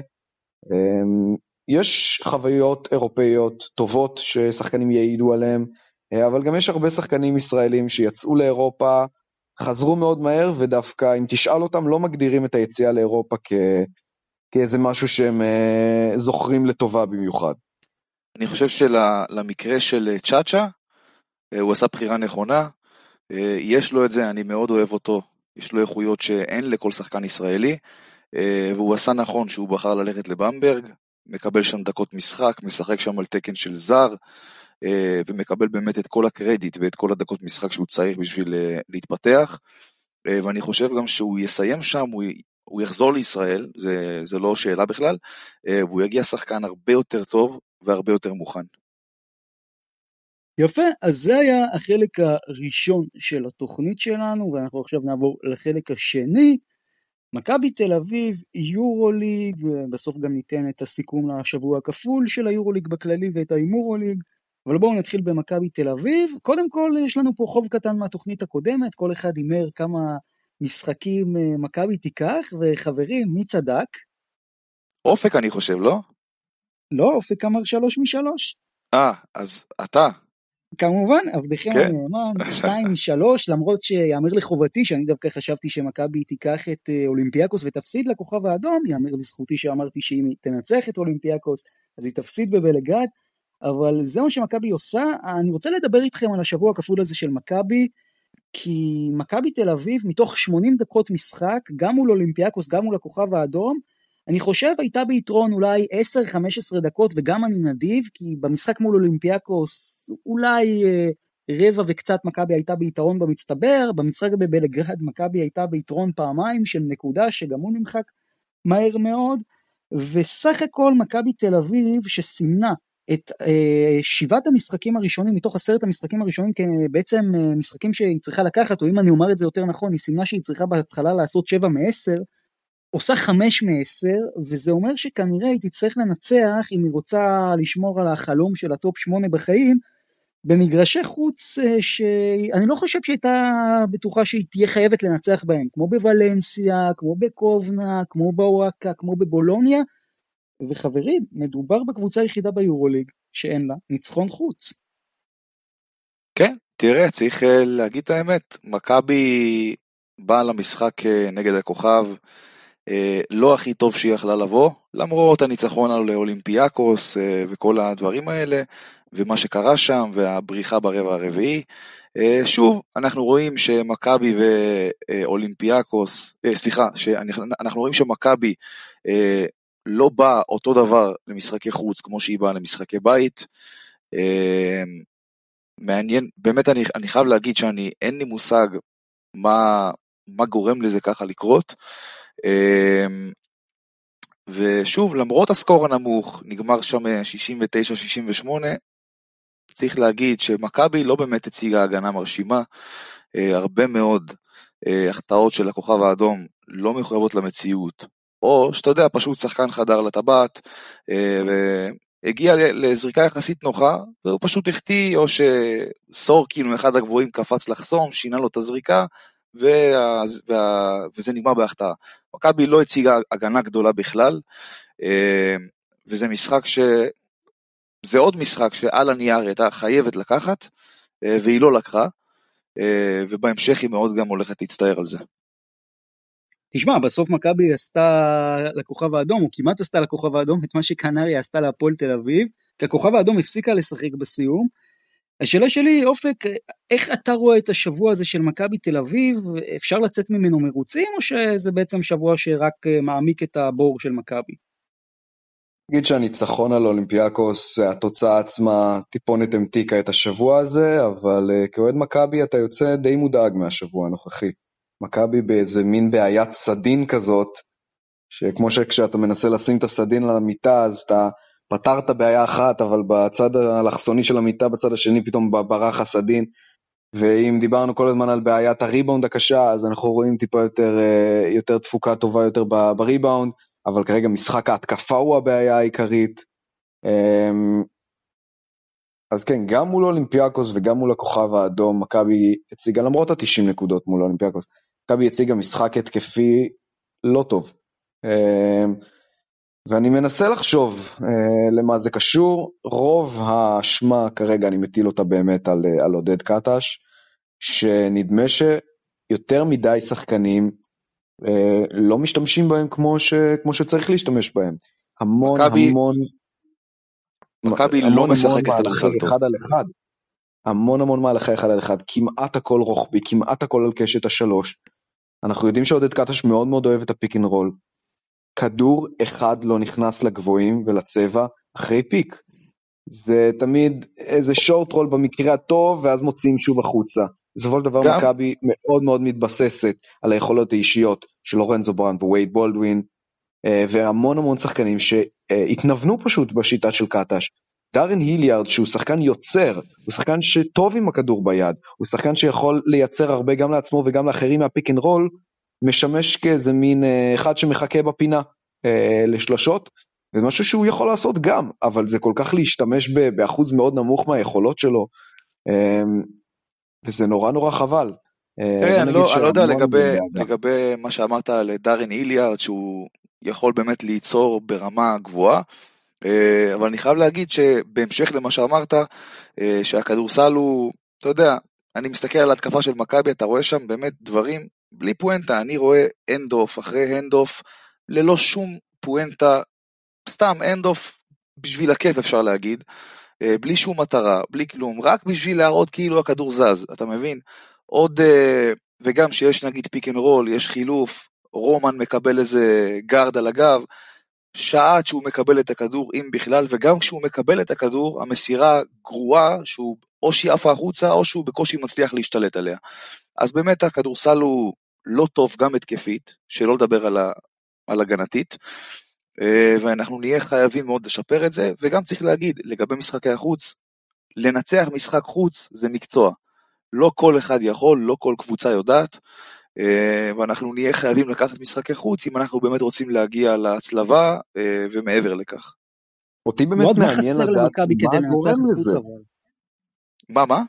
יש חוויות אירופאיות טובות ששחקנים יעידו עליהם, אבל גם יש הרבה שחקנים ישראלים שיצאו לאירופה, חזרו מאוד מהר, ודווקא אם תשאל אותם לא מגדירים את היציאה לאירופה כ... כאיזה משהו שהם זוכרים לטובה במיוחד. אני חושב שלמקרה של צ'אצ'ה, הוא עשה בחירה נכונה, יש לו את זה, אני מאוד אוהב אותו, יש לו איכויות שאין לכל שחקן ישראלי, והוא עשה נכון שהוא בחר ללכת לבמברג, מקבל שם דקות משחק, משחק שם על תקן של זר, ומקבל באמת את כל הקרדיט ואת כל הדקות משחק שהוא צריך בשביל להתפתח, ואני חושב גם שהוא יסיים שם, הוא, הוא יחזור לישראל, זה, זה לא שאלה בכלל, והוא יגיע שחקן הרבה יותר טוב והרבה יותר מוכן. יפה, אז זה היה החלק הראשון של התוכנית שלנו, ואנחנו עכשיו נעבור לחלק השני, מכבי תל אביב, יורוליג, בסוף גם ניתן את הסיכום לשבוע הכפול של היורוליג בכללי ואת האימורוליג, אבל בואו נתחיל במכבי תל אביב. קודם כל יש לנו פה חוב קטן מהתוכנית הקודמת, כל אחד דימר כמה משחקים מכבי תיקח, וחברים, מי צדק? אופק אני חושב, לא? לא, אופק אמר שלוש משלוש. אה, אז אתה. כמובן, עבדכם הנאמן, שתיים משלוש, למרות שיאמר לחובתי, שאני דווקא חשבתי שמכבי תיקח את אולימפיאקוס ותפסיד לכוכב האדום, יאמר לזכותי שאמרתי שאם היא תנצח את אולימפיאקוס, אז היא תפסיד בבלגרד, אבל זה מה שמכבי עושה. אני רוצה לדבר איתכם על השבוע הכפול הזה של מכבי, כי מכבי תל אביב, מתוך שמונים דקות משחק, גם מול אולימפיאקוס, גם מול הכוכב האדום, אני חושב הייתה ביתרון אולי עשר חמש עשרה דקות, וגם אני נדיב, כי במשחק מול אולימפיאקוס, אולי אה, רבע וקצת מכבי הייתה ביתרון במצטבר, במשחק בבלגרד מכבי הייתה ביתרון פעמיים של נקודה, שגם הוא נמחק מהר מאוד, וסך הכל מכבי תל אביב שסימנה את אה, שבעת המשחקים הראשונים, מתוך עשרת המשחקים הראשונים, בעצם אה, משחקים שהיא צריכה לקחת, או אם אני אומר את זה יותר נכון, היא סימנה שהיא צריכה בהתחלה לעשות שבע מעשר, עושה חמש מעשר, וזה אומר שכנראה היא תצטרך לנצח, אם היא רוצה לשמור על החלום של הטופ שמונה בחיים, במגרשי חוץ שאני לא חושב שהייתה בטוחה שהיא תהיה חייבת לנצח בהם, כמו בוולנסיה, כמו בקובנה, כמו באורקה, כמו בבולוניה, וחברים, מדובר בקבוצה היחידה ביורוליג שאין לה ניצחון חוץ. כן, תראה, צריך להגיד את האמת, מכבי באה למשחק נגד הכוכב, לא הכי טוב שהיא יכלה לבוא, למרות הניצחון על אולימפיאקוס וכל הדברים האלה, ומה שקרה שם, והבריחה ברבע הרביעי. שוב, אנחנו רואים שמכבי ואולימפיאקוס, סליחה, אנחנו רואים שמכבי לא באה אותו דבר למשחקי חוץ, כמו שהיא באה למשחקי בית. מעניין, באמת אני, אני חייב להגיד שאני, אין לי מושג מה, מה גורם לזה ככה לקרות, ושוב, למרות הסקור הנמוך, נגמר שם שישים ותשע שישים ושמונה, צריך להגיד שמכבי לא באמת הציגה הגנה מרשימה, הרבה מאוד החטאות של הכוכב האדום לא מחויבות למציאות, או שאתה יודע, פשוט שחקן חדר לטבעת, והגיע לזריקה יחסית נוחה, והוא פשוט החטיא, או שסורקין, אחד הגבוהים, קפץ לחסום, שינה לו את הזריקה, וה, וה, וזה נגמר בהחטאה. מכבי לא הציגה הגנה גדולה בכלל, וזה משחק ש... זה עוד משחק שעל הנייר הייתה חייבת לקחת, והיא לא לקחה, ובהמשך היא מאוד גם הולכת להצטער על זה. תשמע, בסוף מכבי עשתה לכוכב האדום, או כמעט עשתה לכוכב האדום, את מה שקנריה עשתה להפועל תל אביב, כי הכוכב האדום הפסיקה לשחק בסיום, השאלה שלי, אופק, איך אתה רואה את השבוע הזה של מכבי תל אביב? אפשר לצאת ממנו מרוצים, או שזה בעצם שבוע שרק מעמיק את הבור של מכבי? נגיד שהניצחון על אולימפיאקוס, התוצאה עצמה טיפונת המתיקה את השבוע הזה, אבל כאוהד מכבי אתה יוצא די מודאג מהשבוע הנוכחי. מכבי באיזה מין בעיית סדין כזאת, שכמו שכשאתה מנסה לשים את הסדין על המיטה, אז אתה פתרת בעיה אחת, אבל בצד האלכסוני של המיטה, בצד השני פתאום ברח הסדין, ואם דיברנו כל הזמן על בעיית הריבאונד הקשה, אז אנחנו רואים טיפה יותר, יותר תפוקה טובה יותר בריבאונד, אבל כרגע משחק ההתקפה הוא הבעיה העיקרית. אז כן, גם מול אולימפיאקוס וגם מול הכוכב האדום, מכבי הציגה, למרות ה-תשעים נקודות מול אולימפיאקוס, מכבי הציגה משחק התקפי לא טוב. ואני מנסה לחשוב למה זה קשור. רוב האשמה כרגע אני מטיל אותה באמת על, על עודד קטש, שנדמה שיותר מדי שחקנים לא משתמשים בהם כמו, ש, כמו שצריך להשתמש בהם. המון מכבי, המון מכבי המון, לא המון משחקת כדורסל טוב. אחד על אחד. המון המון מהלכי אחד על אחד, כמעט הכל רוחבי, כמעט הכל על קשת השלוש. אנחנו יודעים שעודד קטש מאוד מאוד אוהב את הפיק אנד רול. כדור אחד לא נכנס לגבוהים ולצבע אחרי פיק. זה תמיד איזה שורט רול במקרה הטוב, ואז מוצאים שוב החוצה. בסופו של דבר מכבי מאוד מאוד מתבססת על היכולות האישיות של לורנזו בראון ווייד בולדווין, והמון המון שחקנים שהתנוונו פשוט בשיטה של קטש. דארן היליארד, שהוא שחקן יוצר, הוא שחקן שטוב עם הכדור ביד, הוא שחקן שיכול לייצר הרבה גם לעצמו וגם לאחרים מהפיק אנד רול, משמש כאיזה מין אחד שמחכה בפינה לשלשות, זה משהו שהוא יכול לעשות גם, אבל זה כל כך להשתמש באחוז מאוד נמוך מהיכולות שלו, וזה נורא נורא חבל. תראה, אני לא יודע לגבי מה שאמרת על דארן היליארד, שהוא יכול באמת ליצור ברמה גבוהה, אבל אני חייב להגיד שבהמשך למה שאמרת, שהכדורסל הוא, אתה יודע, אני מסתכל על התקפה של מכבי, אתה רואה שם באמת דברים בלי פואנטה, אני רואה אנדוף אחרי אנדוף, ללא שום פואנטה, סתם אנדוף בשביל הכיף אפשר להגיד, בלי שום מטרה, בלי כלום, רק בשביל להראות כאילו הכדור זז, אתה מבין? עוד, וגם שיש נגיד פיק אנד רול, יש חילוף, רומן מקבל איזה גארד על הגב, שעה שהוא מקבל את הכדור, אם בכלל, וגם כשהוא מקבל את הכדור, המסירה גרועה, שהוא או שהיא עפה החוצה, או שהוא בקושי מצליח להשתלט עליה. אז באמת הכדורסל הוא לא טוב גם התקפית, שלא לדבר על, ה, על הגנתית, ואנחנו נהיה חייבים מאוד לשפר את זה, וגם צריך להגיד, לגבי משחקי החוץ, לנצח משחק חוץ זה מקצוע. לא כל אחד יכול, לא כל קבוצה יודעת, ואנחנו נהיה חייבים לקחת משחקי חוץ, אם אנחנו באמת רוצים להגיע להצלבה, ומעבר לכך. אותי באמת מעניין לדעת מה גורם לזה. מה, מה?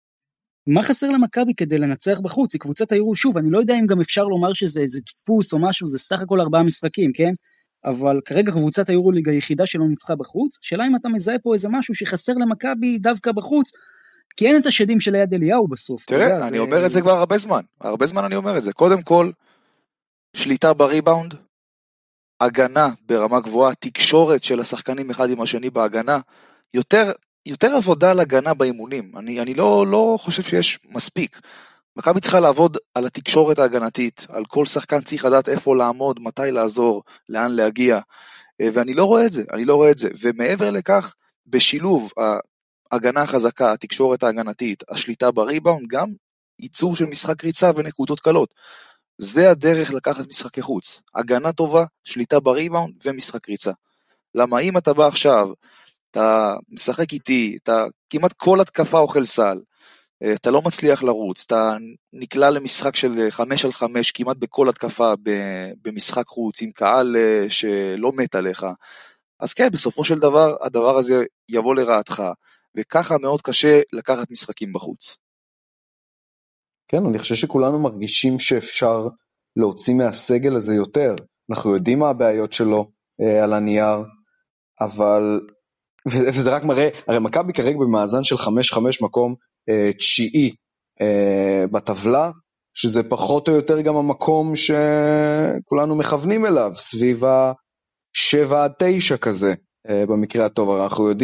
מה חסר למכבי כדי לנצח בחוץ? היא קבוצת היורו, שוב, אני לא יודע אם גם אפשר לומר שזה איזה דפוס או משהו, זה סך הכל ארבעה משחקים, כן? אבל כרגע קבוצת היורו ליגה היחידה שלא ניצחה בחוץ, שאלה אם אתה מזהה פה איזה משהו שחסר למכבי דווקא בחוץ, כי אין את השדים של יד אליהו בסוף. תראה, אני זה... אומר את זה כבר הרבה זמן, הרבה זמן אני אומר את זה. קודם כל, שליטה בריבאונד, הגנה ברמה גבוהה, תקשורת של השחקנים אחד עם השני בהגנה, יותר, יותר עבודה על הגנה באימונים. אני, אני לא, לא חושב שיש מספיק. מכבי צריכה לעבוד על התקשורת ההגנתית, על כל שחקן צריך לדעת איפה לעמוד, מתי לעזור, לאן להגיע, ואני לא רואה את זה, אני לא רואה את זה. ומעבר לכך, בשילוב ההגנה החזקה, התקשורת ההגנתית, השליטה בריבאונד, גם ייצור של משחק ריצה ונקודות קלות. זה הדרך לקחת משחקי חוץ. הגנה טובה, שליטה בריבאונד ומשחק ריצה. למה אם אתה בא עכשיו, אתה משחק איתי, אתה כמעט כל התקפה אוכל סל, אתה לא מצליח לרוץ, אתה נקלע למשחק של חמש על חמש, כמעט בכל התקפה במשחק חוץ, עם קהל שלא מת עליך. אז כן, בסופו של דבר, הדבר הזה יבוא לרעתך, וככה מאוד קשה לקחת משחקים בחוץ. כן, אני חושב שכולנו מרגישים שאפשר להוציא מהסגל הזה יותר. אנחנו יודעים מה הבעיות שלו אה, על הנייר, אבל, וזה רק מראה, הרי מכבי כרגע במאזן של חמש חמש מקום אה, תשיעי אה, בטבלה, שזה פחות או יותר גם המקום שכולנו מכוונים אליו, סביב ה-שבע עד תשע כזה, אה, במקרה הטוב. הרי אנחנו יודעים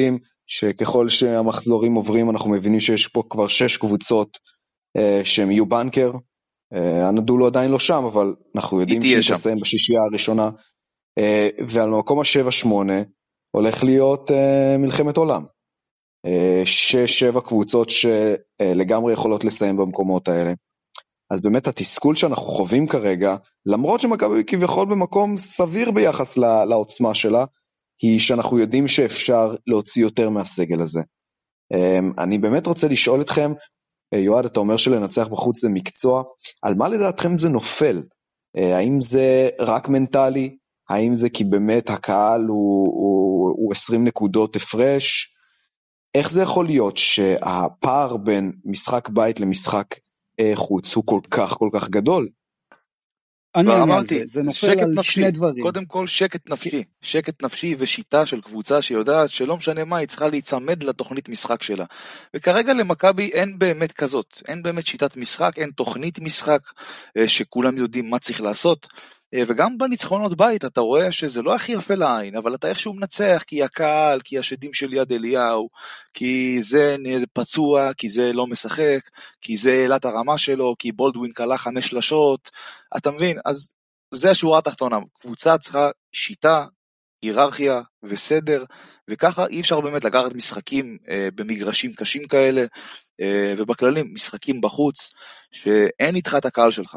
שככל שהמחזורים עוברים אנחנו מבינים שיש פה כבר שש קבוצות אה, שהם יהיו בנקר, אה, הנדולו עדיין לא שם, אבל אנחנו יודעים שהיא תסיים בשישייה הראשונה, אה, ועל מקום ה-שבע שמונה הולך להיות אה, מלחמת עולם. אה, שש שבע קבוצות שלגמרי יכולות לסיים במקומות האלה. אז באמת התסכול שאנחנו חווים כרגע, למרות שמכבי כביכול במקום סביר ביחס לא, לעוצמה שלה, היא שאנחנו יודעים שאפשר להוציא יותר מהסגל הזה. אני באמת רוצה לשאול אתכם, יועד, אתה אומר שלנצח בחוץ זה מקצוע, על מה לדעתכם זה נופל? האם זה רק מנטלי? האם זה כי באמת הקהל הוא, הוא, הוא עשרים נקודות הפרש? איך זה יכול להיות שהפער בין משחק בית למשחק חוץ הוא כל כך כל כך גדול? אני אמרתי, זה נופל על נפשי, שני דברים. קודם כל שקט נפשי, שקט נפשי ושיטה של קבוצה שיודעת שלא משנה מה, היא צריכה להיצמד לתוכנית משחק שלה. וכרגע למכבי אין באמת כזאת, אין באמת שיטת משחק, אין תוכנית משחק שכולם יודעים מה צריך לעשות. וגם בניצחונות בית אתה רואה שזה לא הכי יפה לעין, אבל אתה איכשהו מנצח, כי הקהל, כי השדים של יד אליהו, כי זה פצוע, כי זה לא משחק, כי זה העלת הרמה שלו, כי בולדווין קלה חמש שלשות, אתה מבין? אז זה השורה התחתונה, קבוצה צריכה שיטה, היררכיה וסדר, וככה אי אפשר באמת לקחת משחקים אה, במגרשים קשים כאלה, אה, ובכללים משחקים בחוץ, שאין איתך את הקהל שלך.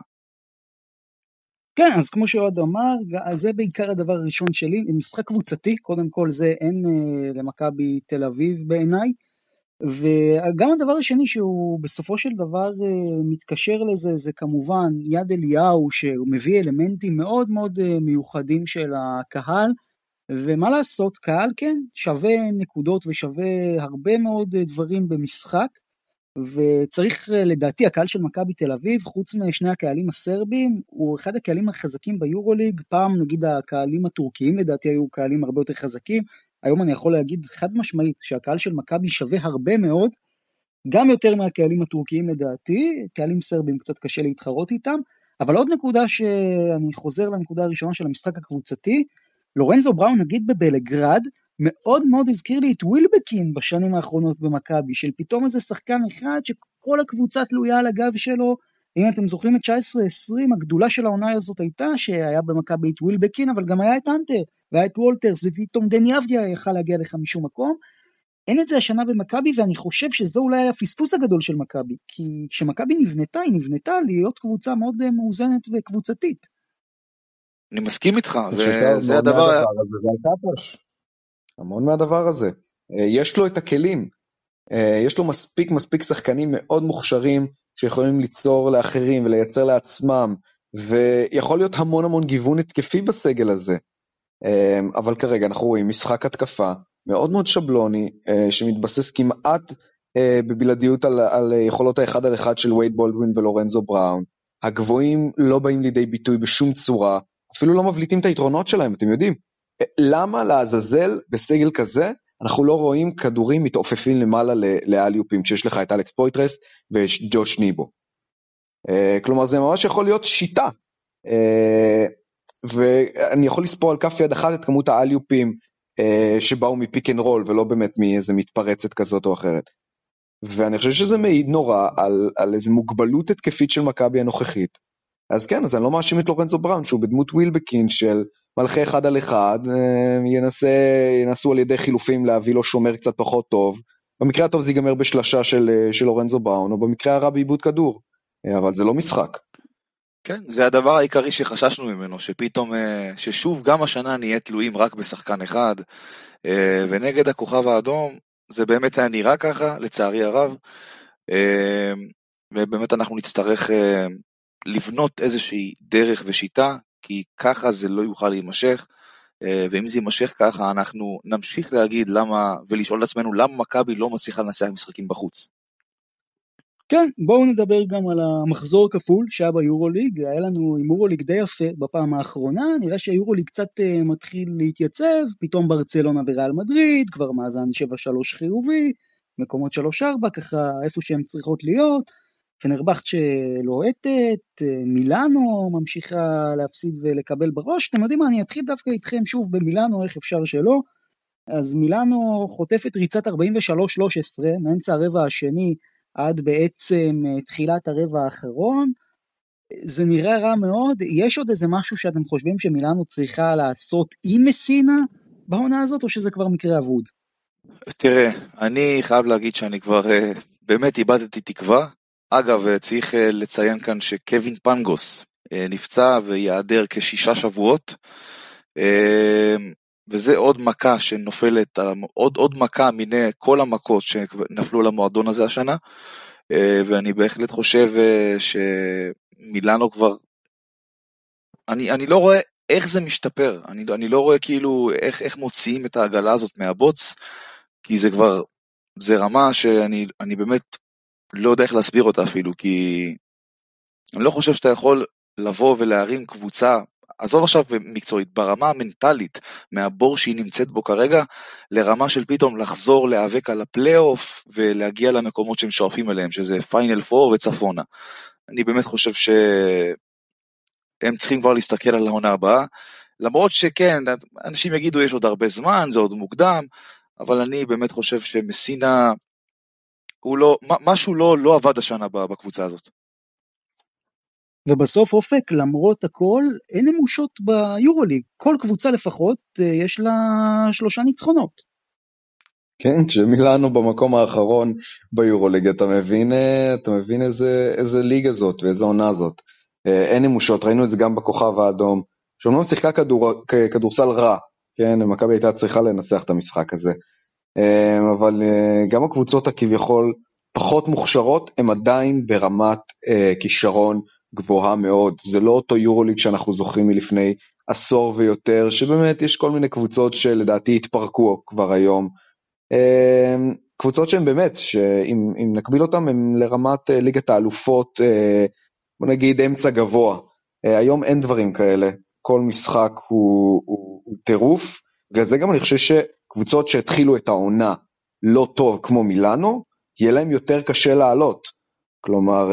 כן, אז כמו שעוד אמר, זה בעיקר הדבר הראשון שלי, משחק קבוצתי, קודם כל זה אין אה, למכבי תל אביב בעיניי, וגם הדבר השני שהוא בסופו של דבר אה, מתקשר לזה, זה כמובן יד אליהו, שהוא מביא אלמנטים מאוד מאוד אה, מיוחדים של הקהל, ומה לעשות, קהל כן, שווה נקודות ושווה הרבה מאוד דברים במשחק, וצריך לדעתי הקהל של מכבי תל אביב, חוץ משני הקהלים הסרבים, הוא אחד הקהלים החזקים ביורוליג, פעם נגיד הקהלים הטורקיים לדעתי היו קהלים הרבה יותר חזקים, היום אני יכול להגיד חד משמעית שהקהל של מכבי שווה הרבה מאוד, גם יותר מהקהלים הטורקיים לדעתי, קהלים סרבים קצת קשה להתחרות איתם, אבל עוד נקודה שאני חוזר לנקודה הראשונה של המשחק הקבוצתי, לורנזו בראון נגיד בבלגרד, מאוד מאוד הזכיר לי את ווילבקין בשנים האחרונות במכבי, של פתאום איזה שחקן אחד שכל הקבוצה תלויה על הגב שלו, אם אתם זוכרים את תשע עשרה עשרים, הגדולה של העונה הזאת הייתה שהיה במכבי את ווילבקין, אבל גם היה את אנטר, והיה את וולטרס, ופתאום דני אבדיה יכל להגיע לך משום מקום, אין את זה השנה במכבי, ואני חושב שזו אולי הפספוס הגדול של מכבי, כי כשמכבי נבנתה, היא נבנתה להיות קבוצה מאוד מאוזנת וקבוצתית. אני מסכים איתך, וזה הדבר... המון מהדבר הזה. יש לו את הכלים, יש לו מספיק מספיק שחקנים מאוד מוכשרים, שיכולים ליצור לאחרים ולייצר לעצמם, ויכול להיות המון המון גיוון התקפי בסגל הזה. אבל כרגע אנחנו רואים משחק התקפה, מאוד מאוד שבלוני, שמתבסס כמעט בבלעדיות על, על יכולות האחד על אחד של וייד בולדווין ולורנזו בראון. הגבוהים לא באים לידי ביטוי בשום צורה, אפילו לא מבליטים את היתרונות שלהם, אתם יודעים. למה לעזאזל בסגל כזה אנחנו לא רואים כדורים מתעופפים למעלה לאליופים, כשיש לך את אלכס פויטרס וג'וש ניבו. כלומר זה ממש יכול להיות שיטה, ואני יכול לספור על כף יד אחת את כמות האליופים שבאו מפיק אנד רול, ולא באמת מאיזה מתפרצת כזאת או אחרת. ואני חושב שזה מעיד נורא על, על איזו מוגבלות התקפית של מכבי הנוכחית. אז כן, אז אני לא מאשים את לורנזו בראון, שהוא בדמות ווילבקין של מלכי אחד על אחד, ינסה, ינסו על ידי חילופים להביא לו שומר קצת פחות טוב, במקרה הטוב זה ייגמר בשלשה של, של לורנזו בראון, או במקרה הרע בעיבוד כדור, אבל זה לא משחק. כן, זה הדבר העיקרי שחששנו ממנו, שפתאום, ששוב גם השנה נהיה תלויים רק בשחקן אחד, ונגד הכוכב האדום, זה באמת היה נראה ככה, לצערי הרב, ובאמת אנחנו נצטרך לבנות איזושהי דרך ושיטה, כי ככה זה לא יוכל להימשך, ואם זה יימשך ככה, אנחנו נמשיך להגיד למה, ולשאול לעצמנו למה מכבי לא מצליחה לנצח משחקים בחוץ. כן, בואו נדבר גם על המחזור כפול שהיה ביורוליג, היה לנו עם יורוליג די יפה בפעם האחרונה, נראה שהיורוליג קצת uh, מתחיל להתייצב, פתאום ברצלונה וריאל מדריד, כבר מאזן שבע שלוש חיובי, מקומות שלוש ארבע, ככה איפה שהן צריכות להיות, פנרבכט שלוהטת, מילאנו ממשיכה להפסיד ולקבל בראש, אתם יודעים מה, אני אתחיל דווקא איתכם שוב במילאנו, איך אפשר שלא, אז מילאנו חוטפת ריצת ארבעים ושלוש שלוש עשרה, מאמצע הרבע השני עד בעצם תחילת הרבע האחרון, זה נראה רע מאוד. יש עוד איזה משהו שאתם חושבים שמילאנו צריכה לעשות עם מסינה בעונה הזאת, או שזה כבר מקרה אבוד? תראה, אני חייב להגיד שאני כבר uh, באמת איבדתי תקווה. אגב, uh, צריך uh, לציין כאן שקווין פנגוס uh, נפצע ויעדר כשישה שבועות, uh, וזה עוד מכה שנופלת, עוד, עוד מכה מיני כל המכות שנפלו למועדון הזה השנה, uh, ואני בהחלט חושב uh, שמילאנו כבר, אני, אני לא רואה איך זה משתפר, אני, אני לא רואה כאילו איך, איך מוציאים את העגלה הזאת מהבוץ, כי זה כבר, זה רמה שאני אני באמת לא יודע איך להסביר אותה אפילו, כי אני לא חושב שאתה יכול לבוא ולהרים קבוצה, עזוב עכשיו מקצועית, ברמה המנטלית, מהבור שהיא נמצאת בו כרגע, לרמה של פתאום לחזור להיאבק על הפלייאוף, ולהגיע למקומות שהם שואפים אליהם, שזה פיינל פור וצפונה. אני באמת חושב שהם צריכים כבר להסתכל על העונה הבאה, למרות שכן, אנשים יגידו יש עוד הרבה זמן, זה עוד מוקדם, אבל אני באמת חושב שמסינה, הוא לא, משהו לא, לא עבד השנה בקבוצה הזאת. ובסוף אופק, למרות הכל, אין אמושות ביורוליג. כל קבוצה לפחות יש לה שלושה ניצחונות. כן, כשמילאנו במקום האחרון ביורוליג, אתה מבין, אתה מבין איזה, איזה ליגה זאת ואיזה עונה זאת. אין אמושות, ראינו את זה גם בכוכב האדום, שאומנם שיחקה כדור, כדורסל רע, כן, מכבי הייתה צריכה לנצח את המשחק הזה. אבל גם הקבוצות הכביכול פחות מוכשרות, הם עדיין ברמת כישרון גבוהה מאוד. זה לא אותו יורוליג שאנחנו זוכרים מלפני עשור ויותר, שבאמת יש כל מיני קבוצות שלדעתי התפרקו כבר היום. קבוצות שהן באמת, שאם נקביל אותם, הם לרמת ליגת האלופות, בוא נגיד אמצע גבוה. היום אין דברים כאלה. כל משחק הוא, הוא, הוא טירוף, וזה גם אני חושב שקבוצות שהתחילו את העונה לא טוב כמו מילאנו, יהיה להם יותר קשה לעלות. כלומר,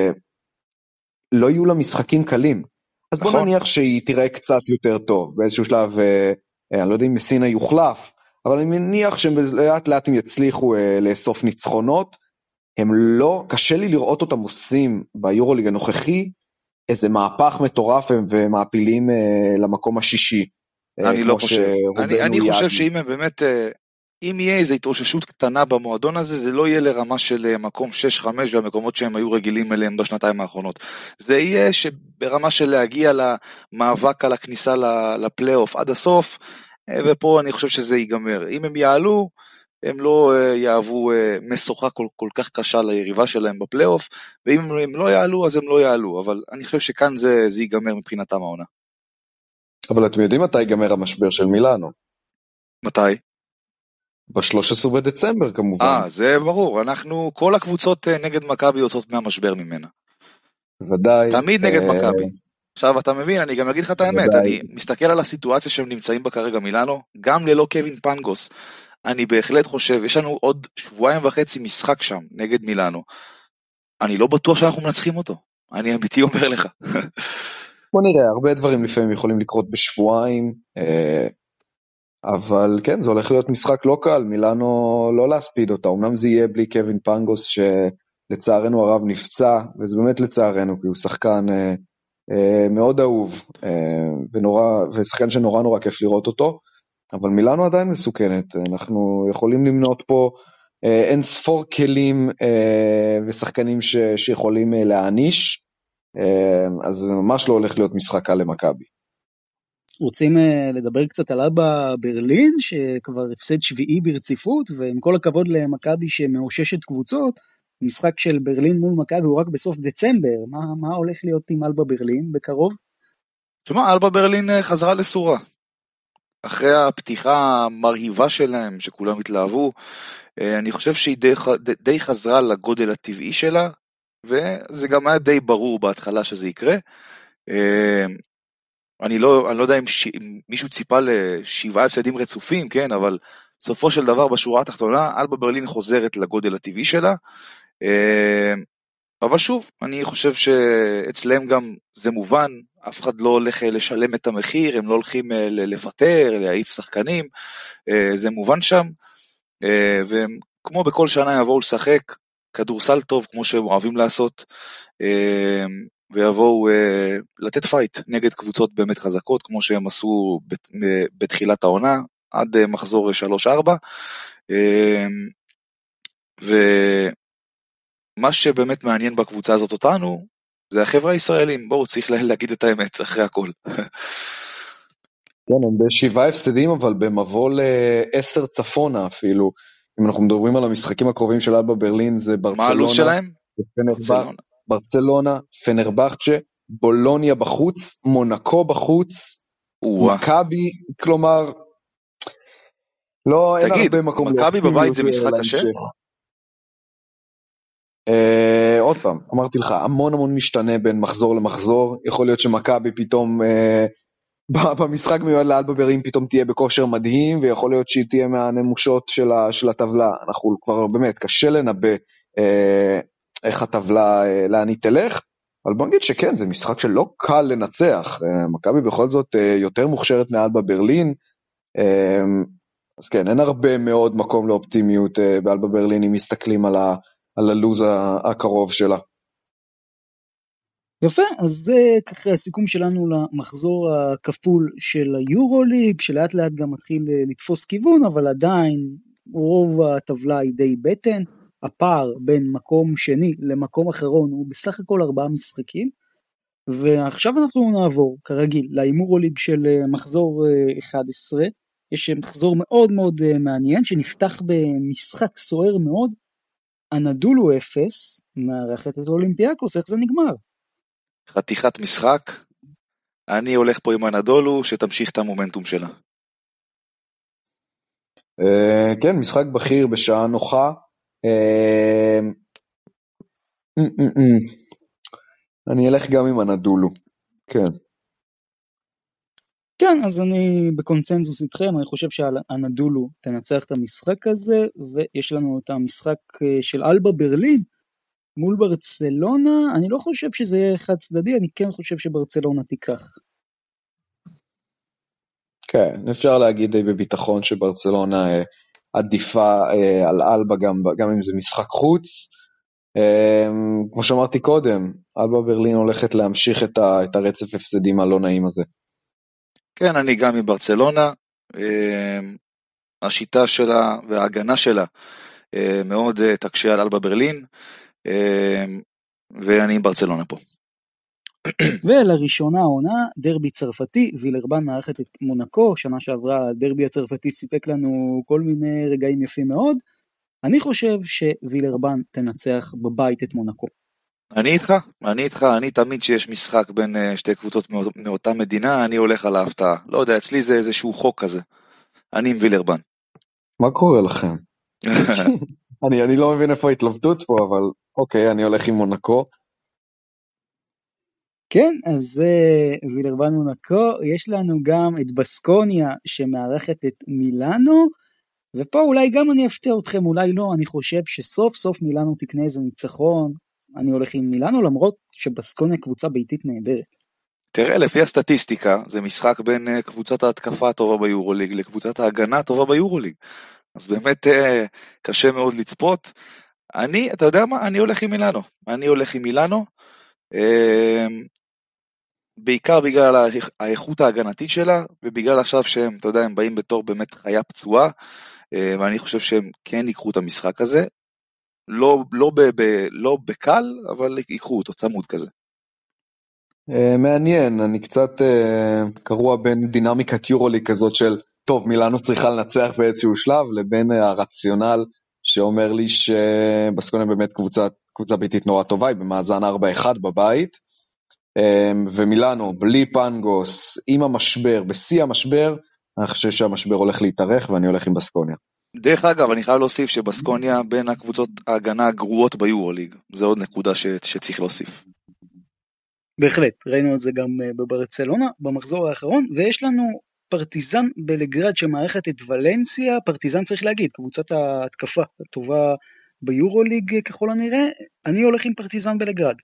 לא יהיו לה משחקים קלים. אז בוא נכון. נניח שהיא תראה קצת יותר טוב, באיזשהו שלב, אני לא יודע אם מסינה יוחלף, אבל אני מניח שהם לאט לאט הם יצליחו לאסוף ניצחונות, הם לא, קשה לי לראות אותם עושים ביורוליג הנוכחי, איזה מהפך מטורף ומעפילים למקום השישי. אני לא חושב. אני, אני חושב שאם הם באמת, אם יהיה איזו התאוששות קטנה במועדון הזה, זה לא יהיה לרמה של מקום שש חמש והמקומות שהם היו רגילים אליהם בשנתיים האחרונות. זה יהיה שברמה של להגיע למאבק על הכניסה לפלייאוף עד הסוף, ופה אני חושב שזה ייגמר. אם הם יעלו, הם לא יעבו משוכה כל, כל כך קשה ליריבה שלהם בפלייאוף, ואם הם לא יעלו, אז הם לא יעלו, אבל אני חושב שכאן זה, זה ייגמר מבחינתם העונה. אבל אתם יודעים מתי ייגמר המשבר של מילאנו? מתי? ב-שלושה עשר בדצמבר כמובן. אה, זה ברור, אנחנו, כל הקבוצות נגד מכבי יוצאות מהמשבר ממנה. ודאי. תמיד נגד מכבי. עכשיו אתה מבין, אני גם אגיד לך את האמת, אני מסתכל על הסיטואציה שהם נמצאים בה כרגע מילאנו, גם ללא קווין פנגוס, אני בהחלט חושב, יש לנו עוד שבועיים וחצי משחק שם נגד מילאנו, אני לא בטוח שאנחנו מנצחים אותו, אני אמיתי אומר לך. בוא נראה, הרבה דברים לפעמים יכולים לקרות בשבועיים, אבל כן, זה הולך להיות משחק לא קל, מילאנו לא להספיד אותה, אמנם זה יהיה בלי קווין פנגוס שלצערנו הרב נפצע, וזה באמת לצערנו, כי הוא שחקן מאוד אהוב, ונורא, ושחקן שנורא נורא כיף לראות אותו, אבל מילאנו עדיין מסוכנת, אנחנו יכולים למנות פה אין ספור כלים ושחקנים ש, שיכולים להעניש, אז זה ממש לא הולך להיות משחק קל למכבי. רוצים לדבר קצת על אבא ברלין, שכבר הפסד שביעי ברציפות, ועם כל הכבוד למכבי שמאוששת קבוצות, משחק של ברלין מול מכבי הוא רק בסוף דצמבר, מה, מה הולך להיות עם אלבה ברלין בקרוב? תשמע, אלבה ברלין חזרה לסורה. אחרי הפתיחה המרהיבה שלהם, שכולם התלהבו, אני חושב שהיא די, די חזרה לגודל הטבעי שלה, וזה גם היה די ברור בהתחלה שזה יקרה. אני לא, אני לא יודע אם, ש... אם מישהו ציפה לשבעה הפסדים רצופים, כן, אבל סופו של דבר בשורה התחתונה, אלבה ברלין חוזרת לגודל הטבעי שלה, אבל שוב, אני חושב שאצלם גם זה מובן, אף אחד לא הולך לשלם את המחיר, הם לא הולכים לוותר, להעיף שחקנים, זה מובן שם, והם כמו בכל שנה יבואו לשחק, כדורסל טוב כמו שהם אוהבים לעשות, ויבואו לתת פייט נגד קבוצות באמת חזקות, כמו שהם עשו בתחילת העונה, עד מחזור שלוש ארבע, ומה שבאמת מעניין בקבוצה הזאת אותנו, זה החבר'ה הישראלים, בואו צריך להגיד את האמת אחרי הכל. כן, הם בשבעה הפסדים, אבל במבוא לעשר צפונה אפילו, אם אנחנו מדברים על המשחקים הקרובים של אלבה ברלין, זה ברצלונה, מה הלו"ז שלהם? ברצלונה, ברצלונה, פנרבחצ'ה, בולוניה בחוץ, מונקו בחוץ, מכבי, כלומר, לא, אין הרבה מקום. תגיד, מכבי בבית זה משחק קשה? Uh, עוד פעם, אמרתי לך, המון המון משתנה בין מחזור למחזור, יכול להיות שמכבי פתאום uh, במשחק מיועד לאלבה ברלין פתאום תהיה בכושר מדהים, ויכול להיות שהיא תהיה מהנמושות של, ה, של הטבלה, אנחנו כבר באמת קשה לנבא uh, איך הטבלה uh, לאן היא תלך, אבל בוא נגיד שכן, זה משחק שלא קל לנצח, uh, מכבי בכל זאת uh, יותר מוכשרת מאלבה ברלין, uh, אז כן, אין הרבה מאוד מקום לאופטימיות uh, באלבה ברלין, אם מסתכלים על ה... על הלוז הקרוב שלה. יפה, אז זה ככה הסיכום שלנו למחזור הכפול של היורוליג, שלאט לאט גם מתחיל לתפוס כיוון, אבל עדיין רוב הטבלה היא די בטן, הפער בין מקום שני למקום אחרון הוא בסך הכל ארבעה משחקים, ועכשיו אנחנו נעבור כרגיל ליורוליג של מחזור אחד עשרה, יש מחזור מאוד מאוד מעניין שנפתח במשחק סוער מאוד, אנדולו אפס, מארחת את אולימפיאקוס, איך זה נגמר? חתיכת משחק, אני הולך פה עם אנדולו, שתמשיך את המומנטום שלה. כן, משחק בכיר בשעה נוחה, אני אלך גם עם אנדולו, כן. כן, אז אני בקונצנזוס איתכם, אני חושב שאנדולו תנצח את המשחק הזה, ויש לנו את המשחק של אלבה ברלין, מול ברצלונה, אני לא חושב שזה יהיה חד צדדי, אני כן חושב שברצלונה תיקח. כן, אפשר להגיד בביטחון שברצלונה עדיפה על אלבה, גם, גם אם זה משחק חוץ, כמו שאמרתי קודם, אלבה ברלין הולכת להמשיך את, ה, את הרצף הפסדים הלא נעים הזה. כן, אני גם מברצלונה, השיטה שלה וההגנה שלה מאוד תקשה על אלבה ברלין, ואני עם ברצלונה פה. ולראשונה העונה, דרבי צרפתי, וילרבן מארחת את מונקו, שנה שעברה הדרבי הצרפתי סיפק לנו כל מיני רגעים יפים מאוד, אני חושב שווילרבן תנצח בבית את מונקו. אני איתך, אני איתך, אני תמיד שיש משחק בין שתי קבוצות מאותה מדינה, אני הולך על ההפתעה. לא יודע, אצלי זה איזשהו חוק כזה. אני עם וילרבן. מה קורה לכם? אני, אני לא מבין איפה ההתלבטות פה, אבל אוקיי, אני הולך עם מונקו. כן, אז uh, וילרבן מונקו, יש לנו גם את בסקוניה שמארחת את מילאנו, ופה אולי גם אני אפתיע אתכם, אולי לא, אני חושב שסוף סוף מילאנו תקנה איזה ניצחון, אני הולך עם מילאנו, למרות שבסקוניה קבוצה ביתית נהדרת. תראה, לפי הסטטיסטיקה, זה משחק בין uh, קבוצת ההתקפה הטובה ביורוליג, לקבוצת ההגנה הטובה ביורוליג, אז באמת uh, קשה מאוד לצפות, אני, אתה יודע מה, אני הולך עם מילאנו, אני הולך עם מילאנו, uh, בעיקר בגלל האיכות ההגנתית שלה, ובגלל עכשיו שהם, אתה יודע, הם באים בתור באמת חיה פצועה, ואני חושב שהם כן ייקחו את המשחק הזה, לא, לא, ב, ב, לא בקל, אבל ייקחו אותו, צמוד כזה. מעניין, אני קצת קרוע בין דינמיקת יורוליג כזאת של, טוב, מילאנו צריכה לנצח באיזשהו שלב, לבין הרציונל שאומר לי שבסקוניה באמת קבוצה, קבוצה ביתית נורא טובה, היא במאזן ארבע אחד בבית, ומילאנו, בלי פנגוס, עם המשבר, בשיא המשבר, אני חושב שהמשבר הולך להתארך, ואני הולך עם בסקוניה. דרך אגב, אני חייב להוסיף שבסקוניה בין הקבוצות ההגנה הגרועות ביורוליג, זה עוד נקודה ש... שצריך להוסיף. בהחלט, ראינו את זה גם בברצלונה, במחזור האחרון, ויש לנו פרטיזן בלגרד שמערכת את ולנסיה, פרטיזן צריך להגיד, קבוצת ההתקפה הטובה ביורוליג ככל הנראה, אני הולך עם פרטיזן בלגרד.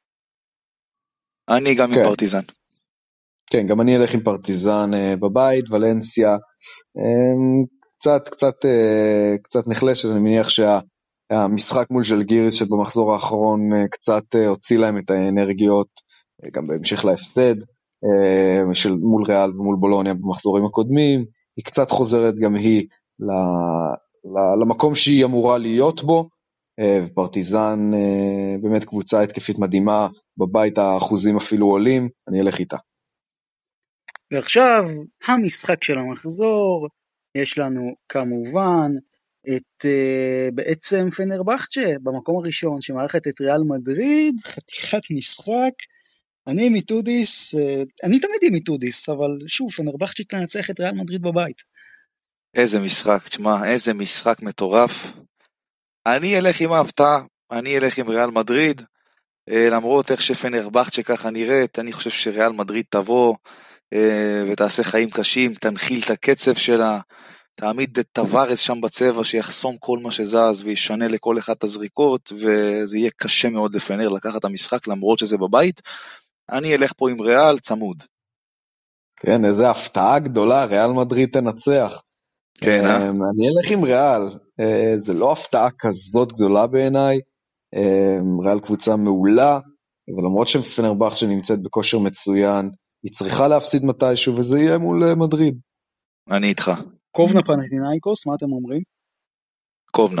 אני גם כן. עם פרטיזן. כן, גם אני אלך עם פרטיזן uh, בבית, ולנסיה, um, קצת, קצת, uh, קצת נחלשת, אני מניח שהמשחק מול ז'לגיריס שבמחזור האחרון uh, קצת uh, הוציא להם את האנרגיות, uh, גם בהמשך להפסד, uh, של מול ריאל ומול בולוניה במחזורים הקודמים, היא קצת חוזרת גם היא ל, ל, למקום שהיא אמורה להיות בו, uh, ופרטיזן uh, באמת קבוצה התקפית מדהימה, בבית האחוזים אפילו עולים, אני אלך איתה. ועכשיו, המשחק של המחזור, יש לנו כמובן את uh, בעצם פנרבחצ'ה במקום הראשון, שמערכת את ריאל מדריד, חתיכת משחק. אני מיטודיס, uh, אני תמיד עם מיטודיס, אבל שוב, פנרבחצ'ה תנצח את ריאל מדריד בבית. איזה משחק, תשמע, איזה משחק מטורף. אני אלך עם ההפתעה, אני אלך עם ריאל מדריד, למרות איך שפנרבחצ'ה ככה נראית, אני חושב שריאל מדריד תבוא ותעשה חיים קשים, תנחיל את הקצב שלה, תעמיד את טווארס שם בצבע שיחסום כל מה שזז וישנה לכל אחד את הזריקות, וזה יהיה קשה מאוד לפנר לקחת את המשחק למרות שזה בבית. אני אלך פה עם ריאל צמוד. כן, איזה הפתעה גדולה, ריאל מדריד תנצח. כן, אה? אני אלך עם ריאל, זה לא הפתעה כזאת גדולה בעיניי, ריאל קבוצה מעולה, ולמרות שפנרבחצ'ה נמצאת בכושר מצוין, היא צריכה להפסיד מתישהו, וזה יהיה מול מדריד. אני איתך. קובנה פנתינייקוס, מה אתם אומרים? קובנה.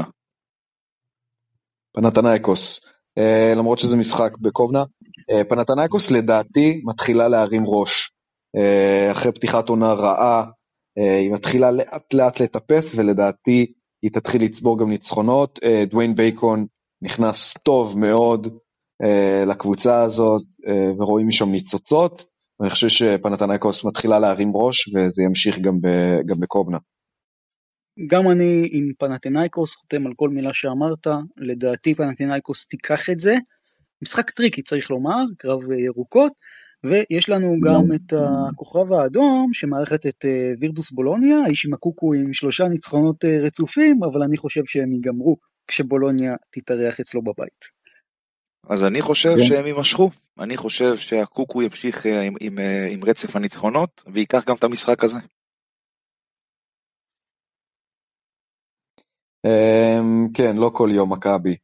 פנתנייקוס, uh, למרות שזה משחק בקובנה, uh, פנתנייקוס לדעתי מתחילה להרים ראש, uh, אחרי פתיחת עונה רעה, uh, היא מתחילה לאט לאט לטפס, ולדעתי היא תתחיל לצבור גם ניצחונות, uh, דוויין בייקון נכנס טוב מאוד uh, לקבוצה הזאת, uh, ורואים משם ניצוצות, ואני חושב שפנתנייקוס מתחילה להרים ראש, וזה ימשיך גם, ב, גם בקובנה. גם אני עם פנתנייקוס חותם על כל מילה שאמרת, לדעתי פנתנייקוס תיקח את זה, משחק טריקי צריך לומר, קרב ירוקות, ויש לנו גם את הכוכב האדום שמערכת את וירדוס בולוניה, האיש עם הקוקו עם שלושה ניצחונות רצופים, אבל אני חושב שהם ייגמרו כשבולוניה תתארח אצלו בבית. אז אני חושב שהם יימשכו, אני חושב שהקוקו ימשיך עם, עם, עם רצף הניצחונות, ויקח גם את המשחק הזה. כן, לא כל יום מכבי.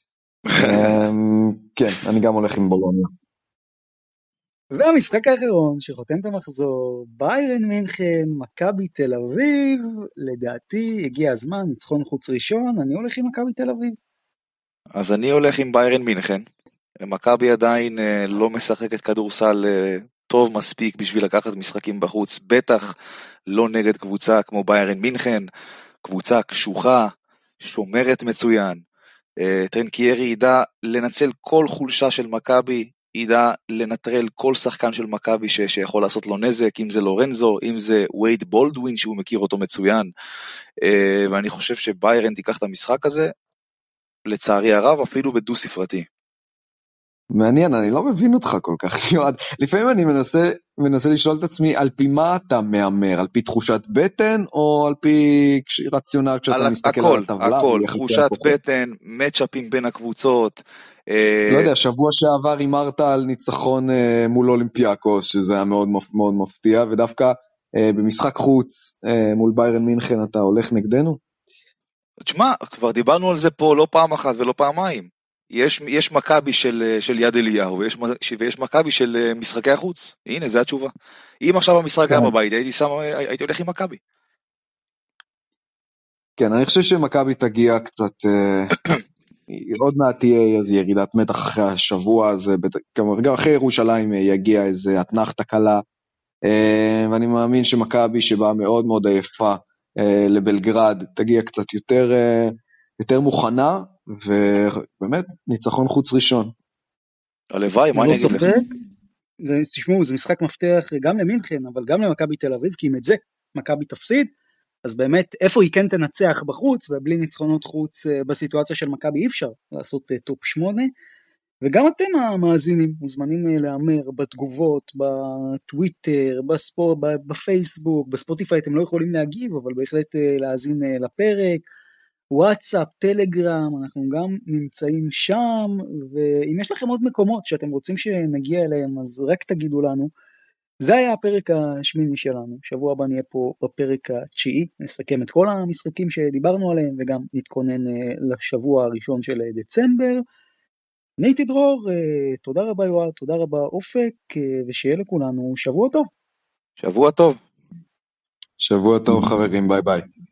כן, אני גם הולך עם בולוניה. והמשחק האחרון שחותם את המחזור, ביירן מינכן, מכבי תל אביב, לדעתי הגיע הזמן, ניצחון חוץ ראשון, אני הולך עם מכבי תל אביב. אז אני הולך עם ביירן מינכן, מכבי עדיין לא משחקת כדורסל טוב מספיק בשביל לקחת משחקים בחוץ, בטח לא נגד קבוצה כמו ביירן מינכן, קבוצה קשוחה, שומרת מצוין, טרנקיירי ידע לנצל כל חולשה של מכבי, ידע לנטרל כל שחקן של מכבי ש- שיכול לעשות לו נזק, אם זה לורנזו, אם זה וייד בולדווין שהוא מכיר אותו מצוין, ואני חושב שביירן תיקח את המשחק הזה, לצערי הרב אפילו בדו ספרתי. מעניין, אני לא מבין אותך כל כך, לפעמים אני מנסה, מנסה לשאול את עצמי, על פי מה אתה מאמר, על פי תחושת בטן, או על פי רציונל כשאתה על מסתכל הכל, על הטבלה? הכל, תחושת בטן, מצ'אפים בין הקבוצות. לא יודע, שבוע שעבר אמרת על ניצחון מול אולימפיאקוס, שזה היה מאוד מאוד מפתיע, ודווקא במשחק חוץ מול ביירן מינכן אתה הולך נגדנו? תשמע, כבר דיברנו על זה פה לא פעם אחת ולא פעמיים. יש, יש מכבי של, של יד אליהו, ויש, ויש מכבי של משחקי החוץ. הנה, זו התשובה. אם עכשיו המשחק היה בבית, הייתי, שם, הייתי הולך עם מכבי. כן, אני חושב שמכבי תגיע קצת, עוד מעט תהיה איזו ירידת מתח אחרי השבוע הזה, גם אחרי ירושלים יגיע איזו התנחת קלה, ואני מאמין שמכבי שבאה מאוד מאוד עייפה לבלגרד, תגיע קצת יותר, יותר מוכנה, ובאמת ניצחון חוץ ראשון. הלוואי, מה אני אגיד לך? תשמעו, זה משחק מפתח גם למינכן, אבל גם למכבי תל אביב, כי אם את זה מכבי תפסיד, אז באמת איפה היא כן תנצח בחוץ, ובלי ניצחונות חוץ בסיטואציה של מכבי אי אפשר לעשות טופ שמונה, וגם אתם המאזינים מוזמנים להאמר בתגובות, בטוויטר, בספורט, בפייסבוק, בספוטיפיי אתם לא יכולים להגיב, אבל בהחלט להאזין לפרק, וואטסאפ, טלגרם, אנחנו גם נמצאים שם, ואם יש לכם עוד מקומות שאתם רוצים שנגיע אליהם, אז רק תגידו לנו. זה היה הפרק השמיני שלנו, שבוע הבא נהיה פה בפרק התשיעי, נסכם את כל המשחקים שדיברנו עליהם, וגם נתכונן לשבוע הראשון של דצמבר. אני הייתי דרור, תודה רבה יואב, תודה רבה אופק, ושיהיה לכולנו שבוע טוב. שבוע טוב. שבוע טוב חברים, ביי ביי.